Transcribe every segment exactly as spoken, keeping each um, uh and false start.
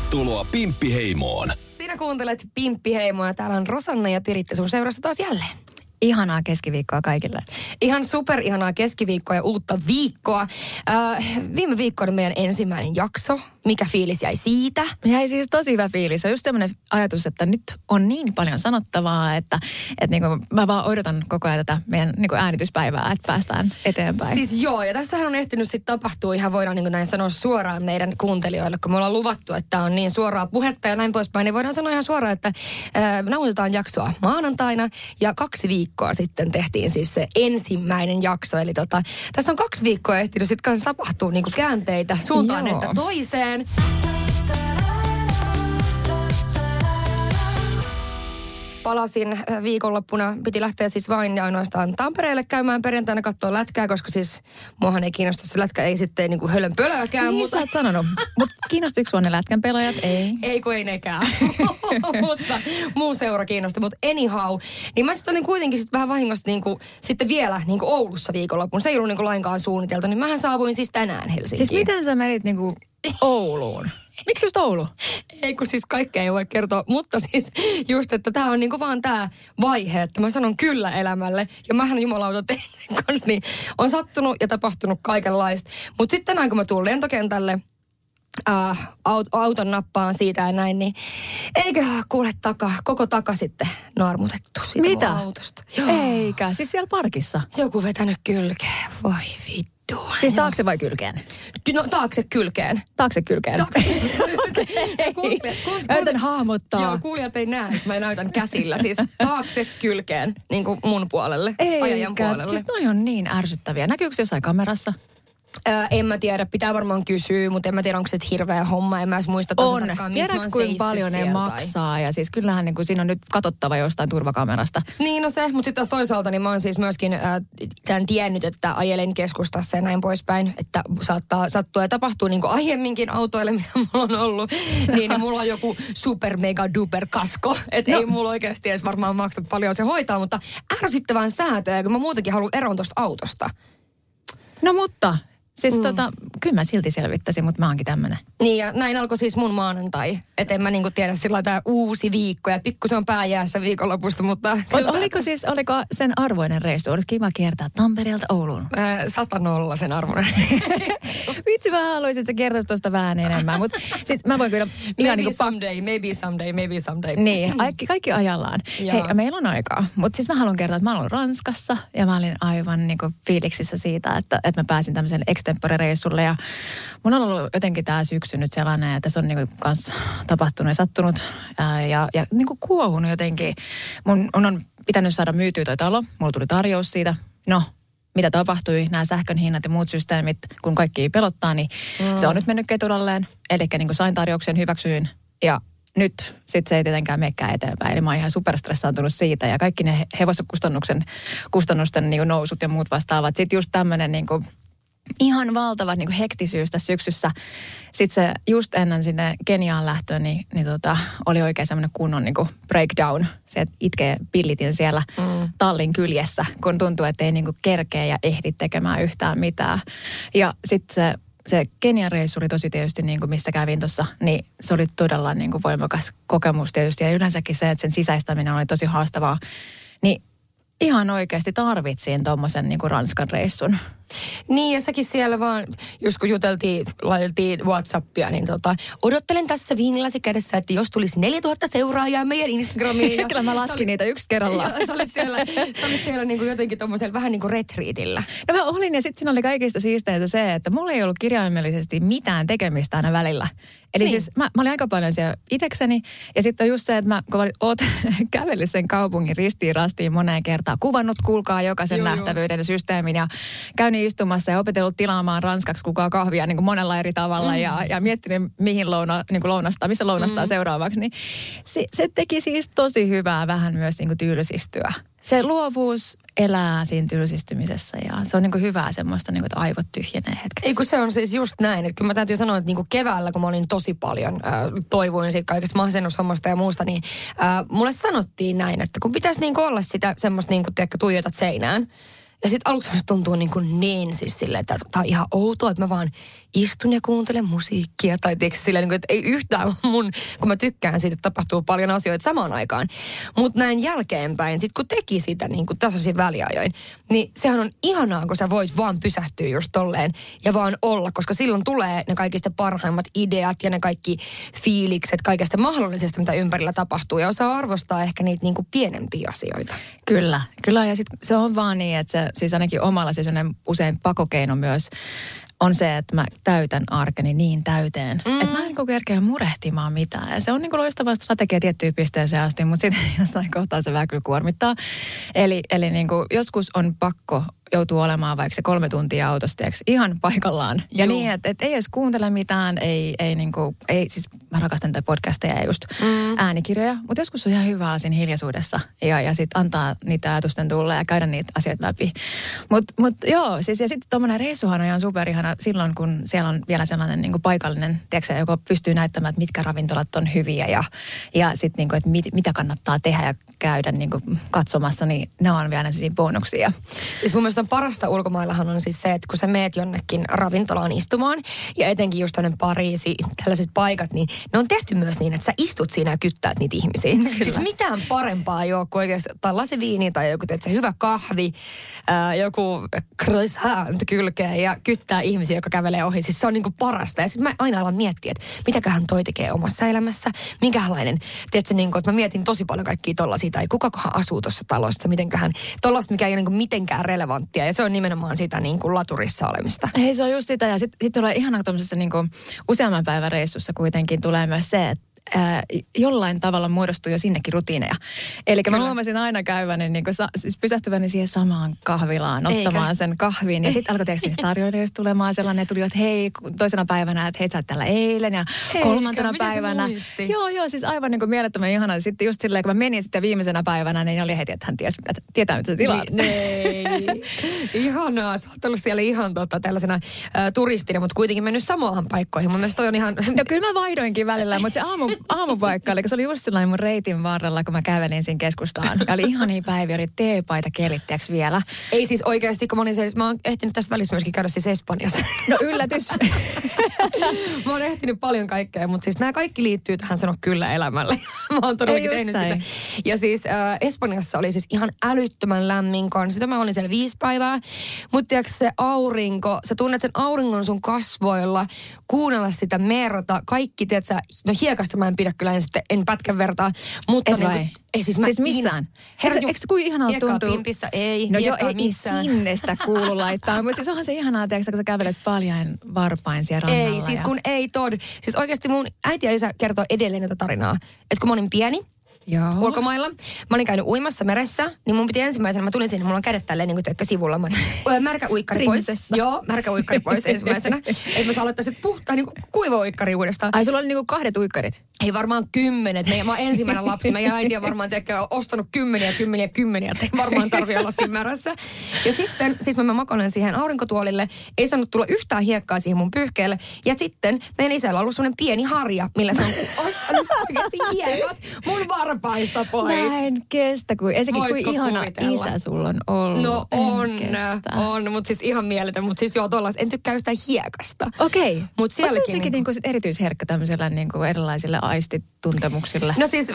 Tervetuloa Pimppiheimoon. Sinä kuuntelet Pimppiheimoa ja täällä on Rosanna ja Piritta sun seurassa taas jälleen. Ihanaa keskiviikkoa kaikille. Ihan super ihanaa keskiviikkoa ja uutta viikkoa. Äh, viime viikko oli meidän ensimmäinen jakso. Mikä fiilis jäi siitä? Jäi siis tosi hyvä fiilis. On just sellainen ajatus, että nyt on niin paljon sanottavaa, että, että niin kuin mä vaan odotan koko ajan tätä meidän niin kuin äänityspäivää, että päästään eteenpäin. Siis joo, ja tässähän on ehtinyt sitten tapahtua ihan voidaan niin kuin näin sanoa suoraan meidän kuuntelijoille, kun me ollaan luvattu, että tämä on niin suoraa puhetta ja näin poispäin, niin voidaan sanoa ihan suoraan, että äh, nauhoitetaan jaksoa maanantaina ja kaksi viikkoa sitten tehtiin siis se ensimmäinen jakso. Eli tota, tässä on kaksi viikkoa ehtinyt sitten kanssa tapahtuu niin kuin käänteitä suuntaan joo. että toiseen. Palasin viikonloppuna, piti lähteä siis vain ja ainoastaan Tampereelle käymään perjantaina katsoa lätkää, koska siis muahan ei kiinnosta se lätkä, ei sitten niin kuin hölön pölöäkään. Niin mutta... sä oot sanonut, mutta kiinnostiinko sua ne lätkän pelaajat? Ei. Ei kun ei nekään, mutta muu seura kiinnosti, mutta anyhow. Niin mä sitten olin kuitenkin sit vähän vahingosta niin kuin, sitten vielä niin kuin Oulussa viikonloppuna. Se ei ollut niin kuin lainkaan suunniteltu, niin mähän saavuin siis tänään Helsinkiin. Siis miten sä menit niin kuin Ouluun? Miksi just Oulu? Ei kun siis kaikkea ei voi kertoa, mutta siis just, että tämä on niinku vaan tämä vaihe, että mä sanon kyllä elämälle. Ja mähän jumalauta tein sen kanssa, niin on sattunut ja tapahtunut kaikenlaista. Mutta sitten tänään kun mä tuun lentokentälle, äh, aut, auton nappaan siitä ja näin, niin eiköhän kuule taka, koko taka sitten naarmutettu siitä Mitä? autosta. Eikä, siis siellä parkissa. Joku vetänyt kylkeen, voi vittu. Siis taakse vai kylkeen? No taakse kylkeen. Taakse kylkeen. Taakse kylkeen. Mä yritän hahmottaa. Joo, kuulijat ei näe, että mä näytän käsillä. Siis taakse kylkeen, niin kuin mun puolelle, Eikä. ajajan puolelle. Siis noi on niin ärsyttäviä. Näkyykö se jossain kamerassa? Ää, en mä tiedä, pitää varmaan kysyä, mutta en mä tiedä, onko se hirveä homma. En mä edes muista On. tarkkaan, missä Tiedätkö kuinka paljon ne maksaa? Tai... Ja siis kyllähän niin kuin siinä on nyt katsottava jostain turvakamerasta. Niin no se, mutta sitten taas toisaalta niin mä oon siis myöskin äh, tämän tiennyt, että ajelen keskustassa ja näin poispäin. Että saattaa sattua ja tapahtuu niin kuin aiemminkin autoille, mitä mulla on ollut. niin mulla on joku super mega duper kasko. Että no. Ei mulla oikeasti edes varmaan maksat paljon se hoitaa, mutta ärsyttävän säätöä, kun mä muutenkin haluan eroon tuosta autosta. No mutta... Siis Mm. tota, kyllä mä silti selvittäisin, mutta mä oonkin tämmönen. Niin ja näin alkoi siis mun maanantai. Että en mä niinku tiedä sillä tää uusi viikko ja pikkusen on pääjäässä viikonlopusta, mutta... Ol, oliko siis, oliko sen arvoinen reissu? Olisi kiva kiertää Tampereelta Ouluun. Äh, sata nolla sen arvoinen. Vitsi, mä haluaisin, että sä kertoisi tuosta vähän enemmän, mutta sit mä voin kyllä ihan maybe niinku... someday, maybe someday, maybe someday. Niin, kaikki, kaikki ajallaan. Joo. Hei, meillä on aikaa. Mutta siis mä haluan kertoa, että mä olen Ranskassa ja mä olin aivan niinku fiiliksissä siitä, että, että mä pääsin tämmöiselle extempore-reissulle. Ja mun on ollut jotenkin tää syksy nyt sellainen, että se on niinku kans tapahtunut ja sattunut ää, ja, ja niinku kuohunut jotenkin. Mun, mun on pitänyt saada myytyä toi talo. Mulla tuli tarjous siitä. No, mitä tapahtui, nämä sähkön hinnat ja muut systeemit, kun kaikki pelottaa, niin mm. se on nyt mennyt keturalleen. Eli niin sain tarjouksen, hyväksyin ja nyt sitten se ei tietenkään menekään eteenpäin. Eli mä oon ihan superstressaantunut siitä ja kaikki ne hevoskustannuksen kustannusten niin nousut ja muut vastaavat. Sitten just tämmöinen niin ihan valtavat niin hektisyys tässä syksyssä. Sitten se just ennen sinne Keniaan lähtöön, niin, niin tota, oli oikein semmoinen kunnon niin breakdown. Se, että itkee pillitin siellä mm. tallin kyljessä, kun tuntuu, että ei niin kerkeä ja ehdi tekemään yhtään mitään. Ja sitten se, se Kenian reissu oli tosi tietysti, niin kuin mistä kävin tuossa, niin se oli todella niin kuin voimakas kokemus tietysti. Ja yleensäkin se, että sen sisäistäminen oli tosi haastavaa. Niin ihan oikeasti tarvitsin tuommoisen niin kuin Ranskan reissun. Niin, ja säkin siellä vaan, just kun juteltiin, laitettiin WhatsAppia, niin tota, odottelen tässä viinilasi kädessä, että jos tulisi neljätuhatta seuraajaa meidän Instagramiin. Ja kyllä mä laskin olit, niitä yksi kerrallaan. Sä olit siellä, sä olit siellä niin kuin jotenkin tuommoisella vähän niin kuin retriitillä. No mä olin, ja sitten siinä oli kaikista siisteintä se, että mulla ei ollut kirjaimellisesti mitään tekemistä aina välillä. Eli niin. siis mä, mä olin aika paljon siellä itekseni, ja sitten on just se, että mä kun oot kävellyt sen kaupungin ristiin rastiin moneen kertaan, kuvannut, kuulkaa jokaisen joo, nähtävyyden joo. ja systeemin, ja käynyt istumassa ja opetellut tilaamaan ranskaksi kukaan kahvia niin kuin monella eri tavalla, mm. ja, ja miettinyt, mihin louna, niin kuin lounastaa, missä lounastaa mm. seuraavaksi, niin se, se teki siis tosi hyvää vähän myös niin kuin tylsistyä. Se luovuus elää siinä tylsistymisessä ja se on niin kuin hyvää semmoista, niin kuin, että aivot tyhjenee hetkessä. Ei kun se on siis just näin, että kyllä mä täytyy sanoa, että niin kuin keväällä, kun mä olin tosi paljon, äh, toivuin siitä kaikesta masennushommasta ja muusta, niin äh, mulle sanottiin näin, että kun pitäisi niin kuin olla sitä semmoista, niin kuin tiedätkö, tuijotat seinään, Ja sitten aluksi se tuntuu niin, kuin niin siis silleen, että tämä on ihan outoa, että mä vaan istun ja kuuntelen musiikkia. Tai tiedätkö silleen, niin kuin, että ei yhtään mun, kun mä tykkään siitä, että tapahtuu paljon asioita samaan aikaan. Mutta näin jälkeenpäin, sit kun teki sitä niin kuin tasaisin väliajoin, niin sehän on ihanaa, kun sä voit vaan pysähtyä just tolleen ja vaan olla, koska silloin tulee ne kaikista parhaimmat ideat ja ne kaikki fiilikset kaikesta mahdollisesta, mitä ympärillä tapahtuu. Ja osaa arvostaa ehkä niitä niin kuin pienempiä asioita. Kyllä, kyllä ja sitten se on vaan niin, että se siis ainakin omalla se usein pakokeino myös on se, että mä täytän arkeni niin täyteen, mm. että mä en niin kerkeä murehtimaan mitään. Ja se on niin kuin loistava strategia tiettyyn pisteeseen asti, mutta sitten jossain kohtaa se vähän kyllä kuormittaa. Eli, eli niin kuin joskus on pakko joutuu olemaan vaikka se kolme tuntia autosta ihan paikallaan. Ja Juu. niin, että et ei edes kuuntele mitään, ei, ei niinku, ei, siis mä rakastan tätä podcasteja ja just mm. äänikirjoja, mutta joskus on ihan hyvä siinä hiljaisuudessa ja, ja sitten antaa niitä ajatusten tulla ja käydä niitä asioita läpi. Mutta mut, joo, siis ja sitten tuommoinen reissuhan on ihan superihana silloin, kun siellä on vielä sellainen niinku paikallinen, tiedätkö, joka pystyy näyttämään, että mitkä ravintolat on hyviä ja, ja sitten niinku, että mit, mitä kannattaa tehdä ja käydä niinku katsomassa, niin ne on vielä sellaisia bonuksia. Siis mun mielestä parasta ulkomaillahan on siis se, että kun sä meet jonnekin ravintolaan istumaan, ja etenkin just tämmöinen Pariisi, tällaiset paikat, niin ne on tehty myös niin, että sä istut siinä ja kyttäät niitä ihmisiä. Kyllä. Siis mitään parempaa ei ole kuin oikeastaan lasiviini tai joku teet se hyvä kahvi, ää, joku croissant kylkeen ja kyttää ihmisiä, jotka kävelee ohi. Siis se on niinku parasta. Ja sitten mä aina alan miettiä, että mitäköhän toi tekee omassa elämässä, minkälainen, tiedätkö, niinku, että mä mietin tosi paljon kaikkia tollaisia, tai kukakohan asuu tuossa talossa, mitenköhän, tollaista, mikä ei ole niinku mitenkään relevanttia. Ja se on nimenomaan sitä niin kuin laturissa olemista. Ei, se on just sitä. Ja sitten sit tulee ihanaa tuollaisessa niin kuin useamman päivän reissussa kuitenkin tulee myös se, että ää, jollain tavalla muodostuu jo sinnekin rutiineja. Eli mä huomasin aina käyväni, niin kuin, siis pysähtyväni siihen samaan kahvilaan, ottamaan Eikä. sen kahvin. Ja sitten alkoi tietysti tarjoilijoista tulemaan sellainen, että tuli, että hei, toisena päivänä, että hei, sä oot täällä eilen ja Eikä, kolmantena päivänä. Joo, joo, siis aivan niin kuin mielettömän ihanaa. Sitten just silleen, kun mä menin sitten viimeisenä päivänä, niin oli heti, että hän ties, mitä, tietää, mitä sä tilaat. Niin, ihanaa. Sä oot ollut siellä ihan tota, tällaisena ä, turistina, mutta kuitenkin mennyt samoihin paikkoihin. Mun mielestä toi on ihan... No kyllä mä vaihdoinkin välillä, mutta se aamu, aamupaikka oli, kun se oli just sellainen mun reitin varrella, kun mä kävelin siinä keskustaan. Ja oli ihania päiviä, oli teepaita kelittiäks vielä. Ei siis oikeasti, kun mä olin siis, mä oon ehtinyt tässä välissä myöskin käydä siis Espanjassa. No yllätys. Mä oon ehtinyt paljon kaikkea, mutta siis nämä kaikki liittyy tähän sano kyllä elämälle. Mä oon todellakin tehnyt sitä. Ja siis äh, Espanjassa oli siis ihan älyttömän lämmin kanssa. Mitä mä olin siellä viisi päivää. Mutta tiedätkö se aurinko, sä tunnet sen auringon sun kasvoilla, kuunnella sitä merta, kaikki, tiedätkö, no hiekasta mä en pidä kyllä en, sitten, en pätkän vertaa. Mutta et niin, vai? Ei siis, mä siis missään? Herra, eikö se kuin ihanaa tuntuu? Pimpissä ei, no joo, ei missään. Sinne sitä kuulu laittaa. Mutta siis onhan se ihanaa, tiedätkö, kun sä kävelet paljain varpain siellä rannalla. Ei, siis ja... kun ei tod. Siis oikeasti mun äiti ja isä kertoo edelleen tätä tarinaa. Että kun mä olin pieni, Joo. ulkomailla. Mä olin käynyt uimassa meressä, niin mun piti ensimmäisenä, mä tulin sinne, mulla on kädet tälleen niin kuin teikkä sivulla. Mä, märkä uikkari pois. Joo, märkä uikkari pois ensimmäisenä. Että mä saan aloittaa sitten puhtaa niin kuiva uikkari uudestaan. Ai sulla oli niin kuin kahdet uikkarit? Ei varmaan kymmenet. Me, mä oon ensimmäinen lapsi. Mä ja äiti on varmaan teikkä ostanut kymmeniä, kymmeniä, kymmeniä. Että ei varmaan tarvii olla siinä märässä. Ja sitten, siis mä makoilen siihen aurinkotuolille. Ei saanut tulla yhtään hiekkaa siihen mun pyyhkeelle. Ja sitten meidän isällä on ollut semmoinen pieni harja, millä se on ottanut oikeasti hiekat mun varpaista pois. Mä en kestä, kun ensinnäkin kuin ihana kuvitella? Isä sulla on ollut. No on, on, mutta siis ihan mieletön. Mutta siis joo, tollas, en tykkää yhtään hiekasta. Okei. Okay. Mutta sielläkin... Oletko jotenkin niinku... niinku erityisherkkä tämmöisellä niinku erilaisille aistituntemuksille? No siis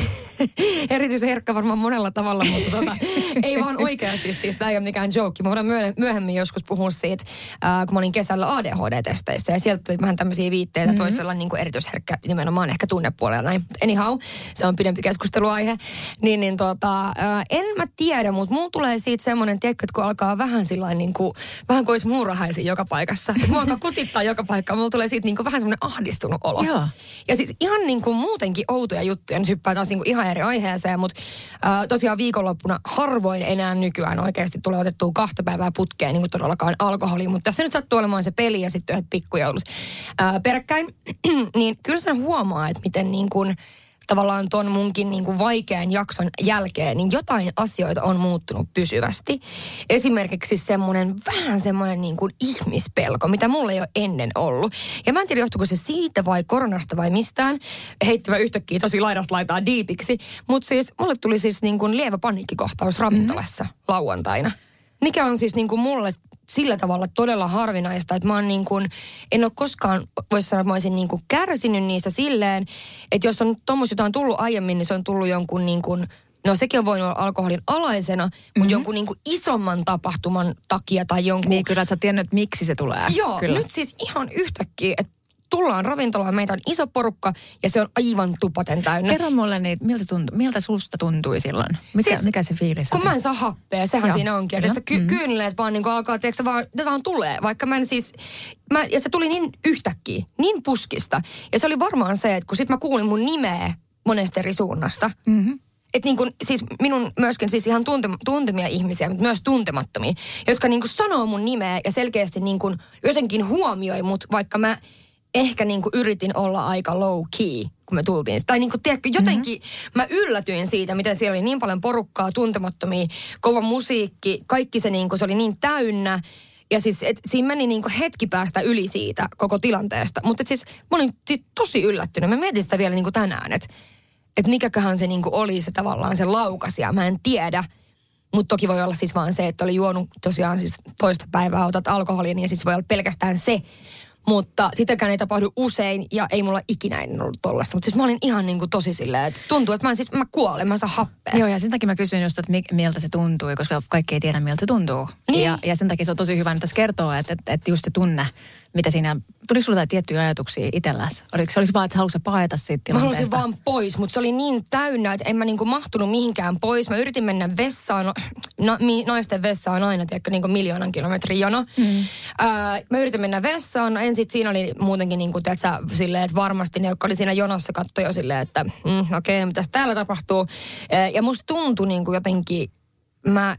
erityisherkkä varmaan monella tavalla, mutta tota, ei vaan oikeasti siis. Tämä ei ole mikään joke. Mä voidaan myöhemmin joskus puhua siitä, äh, kun mä olin kesällä A D H D-testeissä. Ja sieltä tuli vähän tämmöisiä viitteitä, mm-hmm. että voisi olla niinku erityisherkkä nimenomaan ehkä tunnepuolella näin. Anyhow, se on pidempi keskusteluaihe. Niin, niin tota, äh, en mä tiedä, mutta mulla tulee siitä semmoinen, tiedätkö, että kun alkaa vähän sillain niin kuin, vähän kuin olisi muurahaisin joka paikassa. Että mua alkaa kutittaa joka paikka. Mulla tulee siitä niin kuin vähän semmoinen ahdistunut olo. Joo. Ja siis ihan niin kuin muutenkin outoja juttuja. Nyt hyppää taas niin kuin ihan eri aiheeseen, mutta äh, tosiaan viikonloppuna harvoin enää nykyään oikeasti tulee otettua kahta päivää putkeen, niin kuin todellakaan alkoholia. Mutta tässä nyt sattuu olemaan se peli ja sitten yhdet pikkujoulut äh, peräkkäin. Niin kyllä sen huomaa, että miten niin kuin tavallaan ton munkin niin kuin vaikean jakson jälkeen, niin jotain asioita on muuttunut pysyvästi. Esimerkiksi semmoinen, vähän semmoinen niin kuin ihmispelko, mitä mulla ei ole ennen ollut. Ja mä en tiedä, johtuuko se siitä vai koronasta vai mistään. Heittävä yhtäkkiä tosi laidasta laitaa diipiksi. Mutta siis mulle tuli siis niin kuin lievä paniikkikohtaus ravintolassa mm-hmm. lauantaina. Mikä on siis niin kuin mulle sillä tavalla todella harvinaista, että mä oon niin kuin, en ole koskaan, voisi sanoa, että mä olisin niin kuin kärsinyt niistä silleen, että jos on tommosia jotain tullut aiemmin, niin se on tullut jonkun niin kuin, no sekin on voinut olla alkoholin alaisena, mutta mm-hmm. jonkun niin kuin isomman tapahtuman takia tai jonkun... Niin kyllä, että sä tiedät, miksi se tulee. Joo, kyllä. Nyt siis ihan yhtäkkiä, että tullaan ravintolaan, meitä on iso porukka ja se on aivan tupaten täynnä. Kerro mulle niitä, miltä, tuntu, miltä susta tuntui silloin? Mikä, siis, mikä se fiilis kun oli? mä en saa happea, sehän Joo, siinä onkin. Että se ky- mm-hmm. kyyneleet vaan niin kuin alkaa, tiedätkö, vaan, ne vaan tulee. Vaikka mä en siis, mä, ja se tuli niin yhtäkkiä, niin puskista. Ja se oli varmaan se, että kun sit mä kuulin mun nimeä monesta eri suunnasta. Mm-hmm. Että niin kuin, siis minun myöskin siis ihan tunte, tuntemia ihmisiä, mutta myös tuntemattomia, jotka niin kuin sanoo mun nimeä ja selkeästi niin kuin jotenkin huomioi mut, vaikka mä ehkä niin kuin yritin olla aika low key, kun me tultiin. Tai niin kuin, tiedätkö, jotenkin mm-hmm. mä yllätyin siitä, miten siellä oli niin paljon porukkaa, tuntemattomia, kova musiikki, kaikki se niin kuin, se oli niin täynnä. Ja siis, et, siinä meni niin kuin hetki päästä yli siitä koko tilanteesta. Mutta siis mä olin sit tosi yllättynyt. Mä mietin sitä vielä niin kuin tänään, että että mikäköhän se niin kuin oli se tavallaan se laukasia. Mä en tiedä. Mutta toki voi olla siis vaan se, että oli juonut tosiaan siis toista päivää otat alkoholia, niin siis voi olla pelkästään se. Mutta sitäkään ei tapahdu usein ja ei mulla ikinä ennen ollut tollaista. Mutta siis mä olin ihan niin kuin tosi silleen, että tuntuu, että mä, siis, mä kuolen, mä en saa happea. Joo, ja sen takia mä kysyin just, että miltä se tuntui, koska kaikki ei tiedä, miltä se tuntuu. Niin. Ja, ja sen takia se on tosi hyvä nyt tässä kertoa, että, että, että just se tunne, mitä siinä, tuliko sulla jotain tiettyjä ajatuksia itselläsi? Oliko se oliko vaan, että haluatko paeta siitä tilanteesta? Mä halusin vaan pois, mutta se oli niin täynnä, että en mä niinku mahtunut mihinkään pois. Mä yritin mennä vessaan, no, na, mi, naisten vessa on aina, tiedätkö, niinku miljoonan kilometrin jono. Mm. Ää, mä yritin mennä vessaan, no ensin siinä oli muutenkin niinku, tiedätkö, silleen, että varmasti ne, jotka oli siinä jonossa, katsoi jo silleen, että mm, okei, okay, mitäs täällä tapahtuu. Ää, ja musta tuntui niinku jotenkin, mä,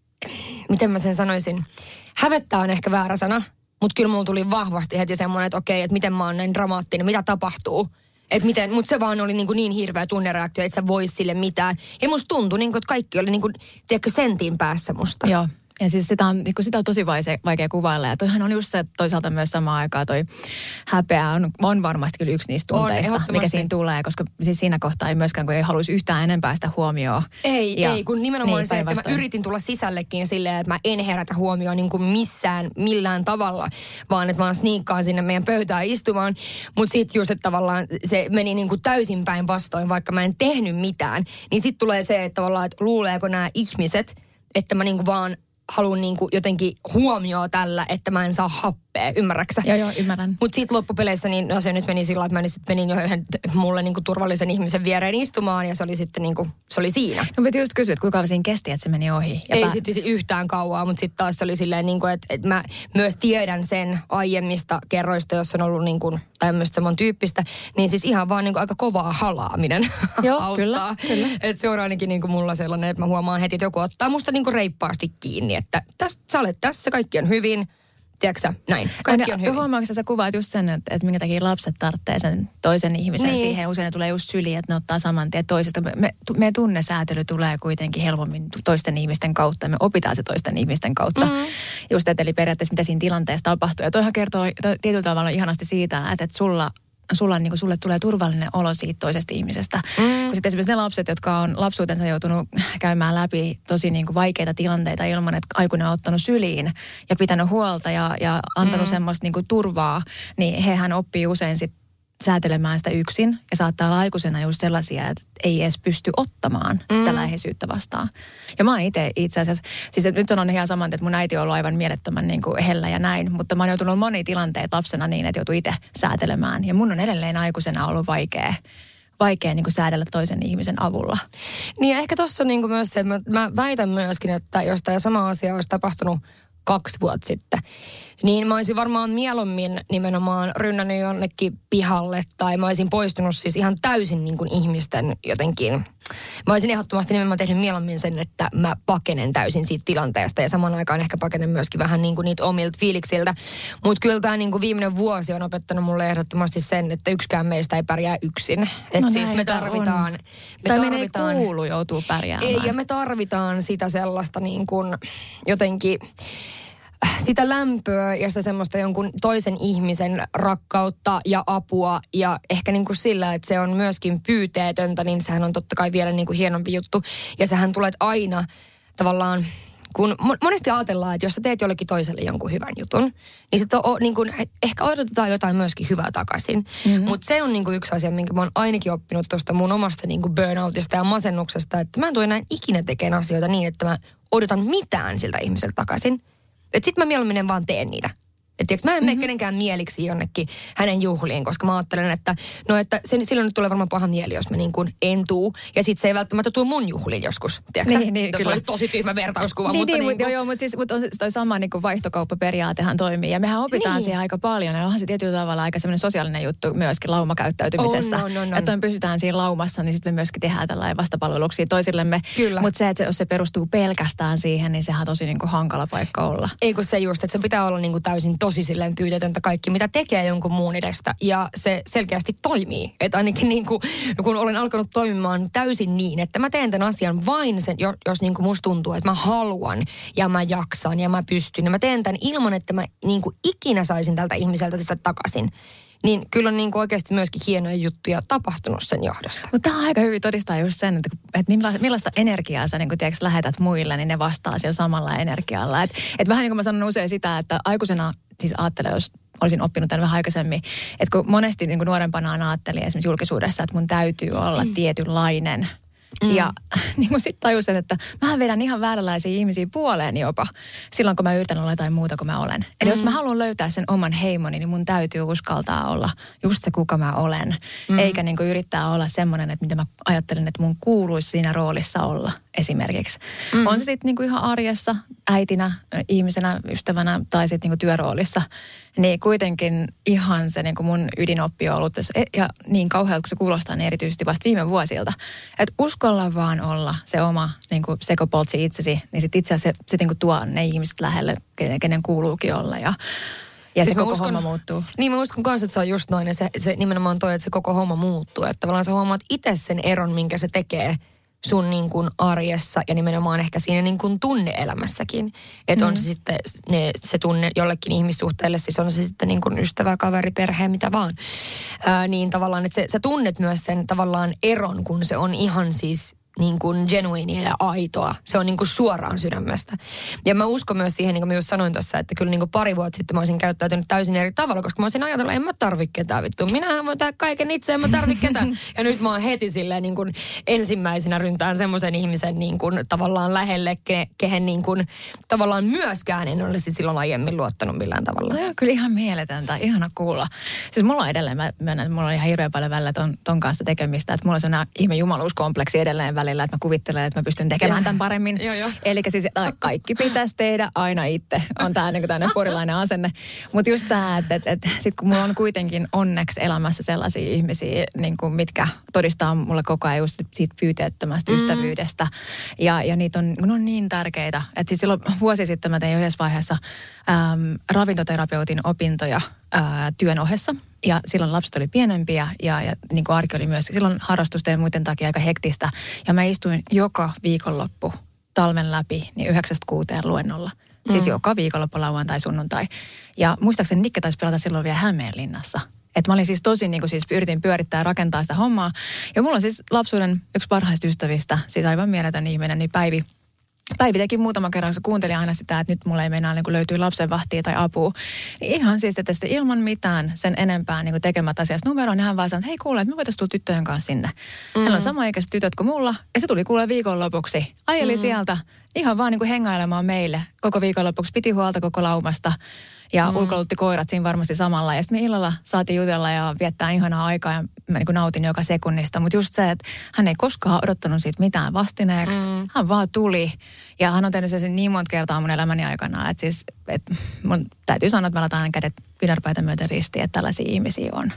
miten mä sen sanoisin, hävettää on ehkä väärä sana. Mutta kyllä mulla tuli vahvasti heti semmoinen, että okei, että miten mä oon näin dramaattinen, mitä tapahtuu. Että miten, mutta se vaan oli niin, niin hirveä tunnereaktio, että sä vois sille mitään. Ja musta tuntui, niin kuin, että kaikki oli niin kuin, tiedätkö, sentin päässä musta. Joo. Ja siis sitä on, sitä on tosi vaikea, vaikea kuvailla. Ja toihan on just se, että toisaalta myös samaan aikaan toi häpeä on, on varmasti kyllä yksi niistä tunteista, on, mikä siinä tulee. Koska siis siinä kohtaa ei myöskään, kun ei haluaisi yhtään enempää sitä huomioon. Ei, ja, ei, kun nimenomaan niin, se, että mä yritin tulla sisällekin silleen, että mä en herätä huomioon niin kuin missään, millään tavalla. Vaan että vaan sniikkaan sinne meidän pöytään istumaan. Mutta sitten just, että tavallaan se meni niin kuin täysin päin vastoin, vaikka mä en tehnyt mitään. Niin sitten tulee se, että tavallaan, että luuleeko nämä ihmiset, että mä niin kuin vaan haluan niinku jotenkin huomioon tällä, että mä en saa happea, ymmärräksä? Joo, joo, ymmärrän. Mutta sitten loppupeleissä, niin no se nyt meni sillä, että mä sit menin jo yhden mulle niinku turvallisen ihmisen viereen istumaan, ja se oli sitten niinku, se oli siinä. No piti just kysyä, että kuinka kauan siinä kesti, että se meni ohi? Ja Ei pä... sitten yhtään kauaa, mutta sitten taas se oli silleen, niinku, että et mä myös tiedän sen aiemmista kerroista, jos on ollut niinku, tämmöistä saman tyyppistä, niin siis ihan vaan niinku aika kovaa halaaminen Joo, auttaa. kyllä, kyllä. Että se on ainakin niinku mulla sellainen, että mä huomaan heti, että joku ottaa musta niinku reippaasti kiinni, että täs, sä olet tässä, kaikki on hyvin. Tiedätkö sä, näin, kaikki on hyvin. Huomaatko sä kuvaat just sen, että, että minkä takia lapset tarvitsee sen toisen ihmisen niin. siihen. Usein ne tulee just syliin, että ne ottaa saman tien toisesta. Me, meidän tunnesäätely tulee kuitenkin helpommin toisten ihmisten kautta. Me opitaan se toisten ihmisten kautta. Mm. Just, että eli periaatteessa mitä siinä tilanteessa tapahtuu. Ja toihan kertoo to, tietyllä tavalla ihanasti siitä, että, että sulla... Sulla, niin kuin, sulle tulee turvallinen olo siitä toisesta ihmisestä. Mm. Kun sitten esimerkiksi ne lapset, jotka on lapsuutensa joutunut käymään läpi tosi niin kuin vaikeita tilanteita ilman, että aikuinen on ottanut syliin ja pitänyt huolta ja, ja antanut mm. semmoista niin kuin turvaa, niin hehän oppii usein sitten säätelemään sitä yksin ja saattaa olla aikuisena just sellaisia, että ei edes pysty ottamaan sitä mm. läheisyyttä vastaan. Ja mä oon itse itse asiassa, siis nyt on ihan saman, että mun äiti on ollut aivan mielettömän niin kuin hellä ja näin, mutta mä oon joutunut monia tilanteita lapsena niin, että joutuu itse säätelemään. Ja mun on edelleen aikuisena ollut vaikea, vaikea niin kuin säädellä toisen ihmisen avulla. Niin ja ehkä tossa on niin kuin myös se, että mä, mä väitän myöskin, että jos tämä sama asia olisi tapahtunut kaksi vuotta sitten, niin mä olisin varmaan mieluummin nimenomaan rynnännyt jonnekin pihalle tai mä olisin poistunut siis ihan täysin niin kuin ihmisten jotenkin. Mä olisin ehdottomasti nimenomaan tehnyt mieluummin sen, että mä pakenen täysin siitä tilanteesta ja saman aikaan ehkä pakenen myöskin vähän niin kuin niitä omilta fiiliksiltä. Mutta kyllä tämä niin kuin viimeinen vuosi on opettanut mulle ehdottomasti sen, että yksikään meistä ei pärjää yksin. Että no siis me tarvitaan... Me tai tarvitaan, meidän ei kuulu joutuu pärjäämään. Ei, ja me tarvitaan sitä sellaista niin kuin jotenkin... sitä lämpöä ja sitä semmoista jonkun toisen ihmisen rakkautta ja apua ja ehkä niin kuin sillä, että se on myöskin pyyteetöntä, niin sehän on totta kai vielä niin kuin hienompi juttu. Ja sähän tulet aina tavallaan kun monesti ajatellaan, että jos sä teet jollekin toiselle jonkun hyvän jutun, niin sitten niin kun, ehkä odotetaan jotain myöskin hyvää takaisin. Mm-hmm. Mutta se on niin kun yksi asia, minkä mä oon ainakin oppinut tuosta mun omasta niin kun burnoutista ja masennuksesta, että mä en tule enää ikinä tekemään asioita niin, että mä odotan mitään siltä ihmiseltä takaisin. Että sit mä mieluummin vaan teen niitä. Että mä en mene mm-hmm. kenenkään mieliksi jonnekin hänen juhliin, koska mä ajattelen, että no että sen, silloin nyt tulee varmaan paha mieli, jos mä niin kuin en tuu. Ja sit se ei välttämättä tule mun juhliin joskus, tiedätkö? Niin, niin, se oli tosi tyhmä vertauskuva, niin, mutta niin, niin kuin... Joo, joo, mutta siis mutta on toi sama niin kuin vaihtokauppaperiaatehan toimii. Ja mehän opitaan niin. siihen aika paljon. Ja onhan se tietyllä tavalla aika semmoinen sosiaalinen juttu myöskin laumakäyttäytymisessä. Oh, no, no, no. Että on pysytään siinä laumassa, niin sitten me myöskin tehdään tällainen vastapalveluksia toisillemme. Kyllä. Mutta se, että se, jos se perustuu pelkästään siihen, niin sehän on tosi niin kuin hankala paikka olla. Ei kun se just, että se pitää olla niin kuin täysin tosi silleen pyytetöntä kaikki, mitä tekee jonkun muun edestä. Ja se selkeästi toimii. Että ainakin niin kuin, kun olen alkanut toimimaan täysin niin, että mä teen tämän asian vain sen, jos niin kuin musta tuntuu, että mä haluan ja mä jaksan ja mä pystyn. Ja mä teen tämän ilman, että mä niin kuin ikinä saisin tältä ihmiseltä sitä takaisin. Niin kyllä on niin kuin oikeasti myöskin hienoja juttuja tapahtunut sen johdosta. Mutta tämä on aika hyvin todistaa just sen, että, että millaista, millaista energiaa sä niin kuin, tiedätkö, lähetät muille, niin ne vastaa siellä samalla energialla. Että et vähän niin kuin mä sanon usein sitä, että aikuisena siis ajattelen, jos olisin oppinut tämän vähän aikaisemmin, että kun monesti niin kuin nuorempanaan ajattelin esimerkiksi julkisuudessa, että mun täytyy olla mm. tietynlainen. Mm. Ja niin kuin sitten tajusin, että mähän vedän ihan vääränlaisia ihmisiä puoleen jopa silloin, kun mä yritän olla jotain muuta kuin mä olen. Eli mm. jos mä haluan löytää sen oman heimoni, niin mun täytyy uskaltaa olla just se, kuka mä olen. Mm. Eikä niin kuin yrittää olla semmoinen, että mitä mä ajattelen, että mun kuuluisi siinä roolissa olla esimerkiksi. Mm. On se sitten niin kuin ihan arjessa, äitinä, ihmisenä, ystävänä tai sitten niin kuin työroolissa. Niin kuitenkin ihan se niin kuin mun ydinoppi on ollut tässä, ja niin kauhealta kuin se kuulostaa, niin erityisesti vasta viime vuosilta. Että uskalla vaan olla se oma niin kuin sekopoltsi itsesi, niin sit itse asiassa se, se niin kuin tuo ne ihmiset lähelle, kenen, kenen kuuluukin olla. Ja, ja siis se koko uskon, homma muuttuu. Niin mä uskon kanssa, että se on just noin, ja se, se nimenomaan toi, että se koko homma muuttuu. Että tavallaan sä huomaat itse sen eron, minkä se tekee sun niin kuin arjessa ja nimenomaan ehkä siinä niin kuin tunne-elämässäkin. Että on mm. se sitten ne, se tunne jollekin ihmissuhteelle, siis on se sitten niin kuin ystävä, kaveri, perhe, mitä vaan. Ää, niin tavallaan, että se, sä tunnet myös sen tavallaan eron, kun se on ihan siis niin kuin genuinia ja aitoa. Se on niin kuin suoraan sydämestä. Ja mä uskon myös siihen, niin kuin mä just sanoin tuossa, että kyllä niin kuin pari vuotta sitten mä olisin käyttäytynyt täysin eri tavalla, koska mä olisin ajatellut, en mä tarvitse ketään vittu. Minähän voin tehdä kaiken itse, en mä tarvitse ketään. Ja nyt mä oon heti silleen niin kuin ensimmäisenä ryntään semmoisen ihmisen niin kuin tavallaan lähelle, ke, kehen niin kuin tavallaan myöskään en olisi silloin aiemmin luottanut millään tavalla. No joo, kyllä ihan mieletöntä, ihana kuulla. Siis mulla on edelleen, mä myönnän, että mulla on ihan hirveän paljon välillä ton, ton kanssa tekemistä, että mulla on sellainen ihme jumaluuskompleksi edelleen välillä, että mä kuvittelen, että mä pystyn tekemään tämän paremmin. Eli siis kaikki pitäisi tehdä aina itse. On tää niin kuin tämmöinen porilainen asenne. Mutta just tää, että et, et, sit kun mulla on kuitenkin onneksi elämässä sellaisia ihmisiä, niin kuin mitkä todistaa mulle koko ajan just siitä pyyteettömästä mm. ystävyydestä. Ja, ja niitä on, ne on niin tärkeitä. Että siis silloin vuosi sitten mä tein yhdessä vaiheessa äm, ravintoterapeutin opintoja ää, työn ohessa. Ja silloin lapset oli pienempiä ja, ja niin kuin arki oli myös silloin harrastusten ja muiden takia aika hektistä. Ja mä istuin joka viikonloppu talven läpi niin yhdeksästä kuuteen luennolla. Mm. Siis joka viikonloppu, lauantai, sunnuntai. Ja muistaakseni Nikke taisi pelata silloin vielä Hämeenlinnassa. Että mä olin siis tosi niin kuin siis yritin pyörittää ja rakentaa sitä hommaa. Ja mulla on siis lapsuuden yksi parhaista ystävistä, siis aivan mieletön ihminen, niin Päivi. Päivi teki muutaman kerran, kun se kuunteli aina sitä, että nyt mulla ei meinaa niin kuin löytyy lapsenvahtia tai apua. Niin ihan siis, että sitten ilman mitään sen enempää niin kuin tekemät asiasta numeroon, niin hän vaan sanoi, että hei kuule, että me voitaisiin tulla tyttöjen kanssa sinne. Mm. Hänellä on samanikäiset tytöt kuin mulla, ja se tuli kuule viikonlopuksi. Ajeli mm. sieltä ihan vaan niin kuin hengailemaan meille koko viikonlopuksi, piti huolta koko laumasta. Ja mm. ulkoilutti koirat siinä varmasti samalla. Ja sitten me illalla saatiin jutella ja viettää ihanaa aikaa ja mä niin kuin nautin joka sekunnista. Mutta just se, että hän ei koskaan odottanut siitä mitään vastineeksi. Mm. Hän vaan tuli. Ja hän on tehnyt sen niin monta kertaa mun elämäni aikana. Että siis, et mun täytyy sanoa, että mä lataan kädet kyynärpäitä myöten ristiin, että tällaisia ihmisiä on.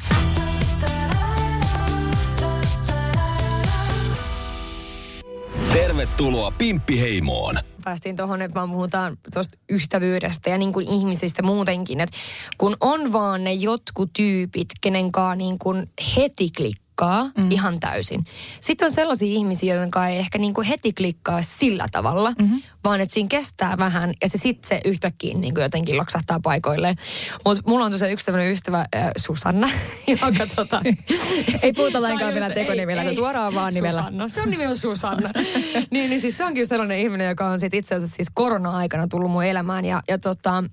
Tervetuloa Pimppiheimoon. Päästiin tuohon, että vaan puhutaan tuosta ystävyydestä ja niin kuin ihmisistä muutenkin. Että kun on vaan ne jotkut tyypit, kenen kanssa niin kuin heti klikkaa. klikkaa mm. ihan täysin. Sitten on sellaisia ihmisiä, jotka ei ehkä niinku heti klikkaa sillä tavalla, mm-hmm. vaan että siinä kestää vähän ja se sitten se yhtäkkiä niinku jotenkin loksahtaa paikoilleen. Mutta mulla on tosiaan yksi tämmöinen ystävä, äh, Susanna, joka tota... ei puhuta lainkaan vielä tekonimellä, kun suoraan vaan nimellä. Susanna, se on nimellä Susanna. niin, niin siis se onkin sellainen ihminen, joka on sit itse asiassa siis korona-aikana tullut mun elämään ja, ja tota...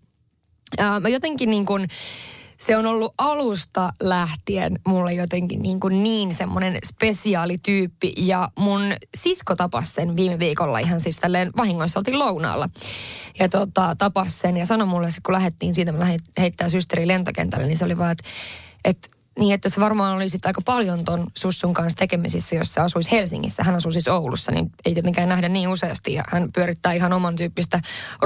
äh, mä jotenkin niin kuin... Se on ollut alusta lähtien mulle jotenkin niin, kuin niin semmoinen spesiaalityyppi. Ja mun sisko tapasi sen viime viikolla ihan siis tälleen vahingoissa oltiin lounaalla. Ja tota, tapasi sen ja sanoi mulle, kun lähdettiin siitä, mä lähdin heittää systeriä lentokentälle, niin se oli vaan, että, että niin, että se varmaan oli sitten aika paljon ton Sussun kanssa tekemisissä, jos se asuisi Helsingissä. Hän asuu siis Oulussa, niin ei tietenkään nähdä niin useasti. Ja hän pyörittää ihan oman tyyppistä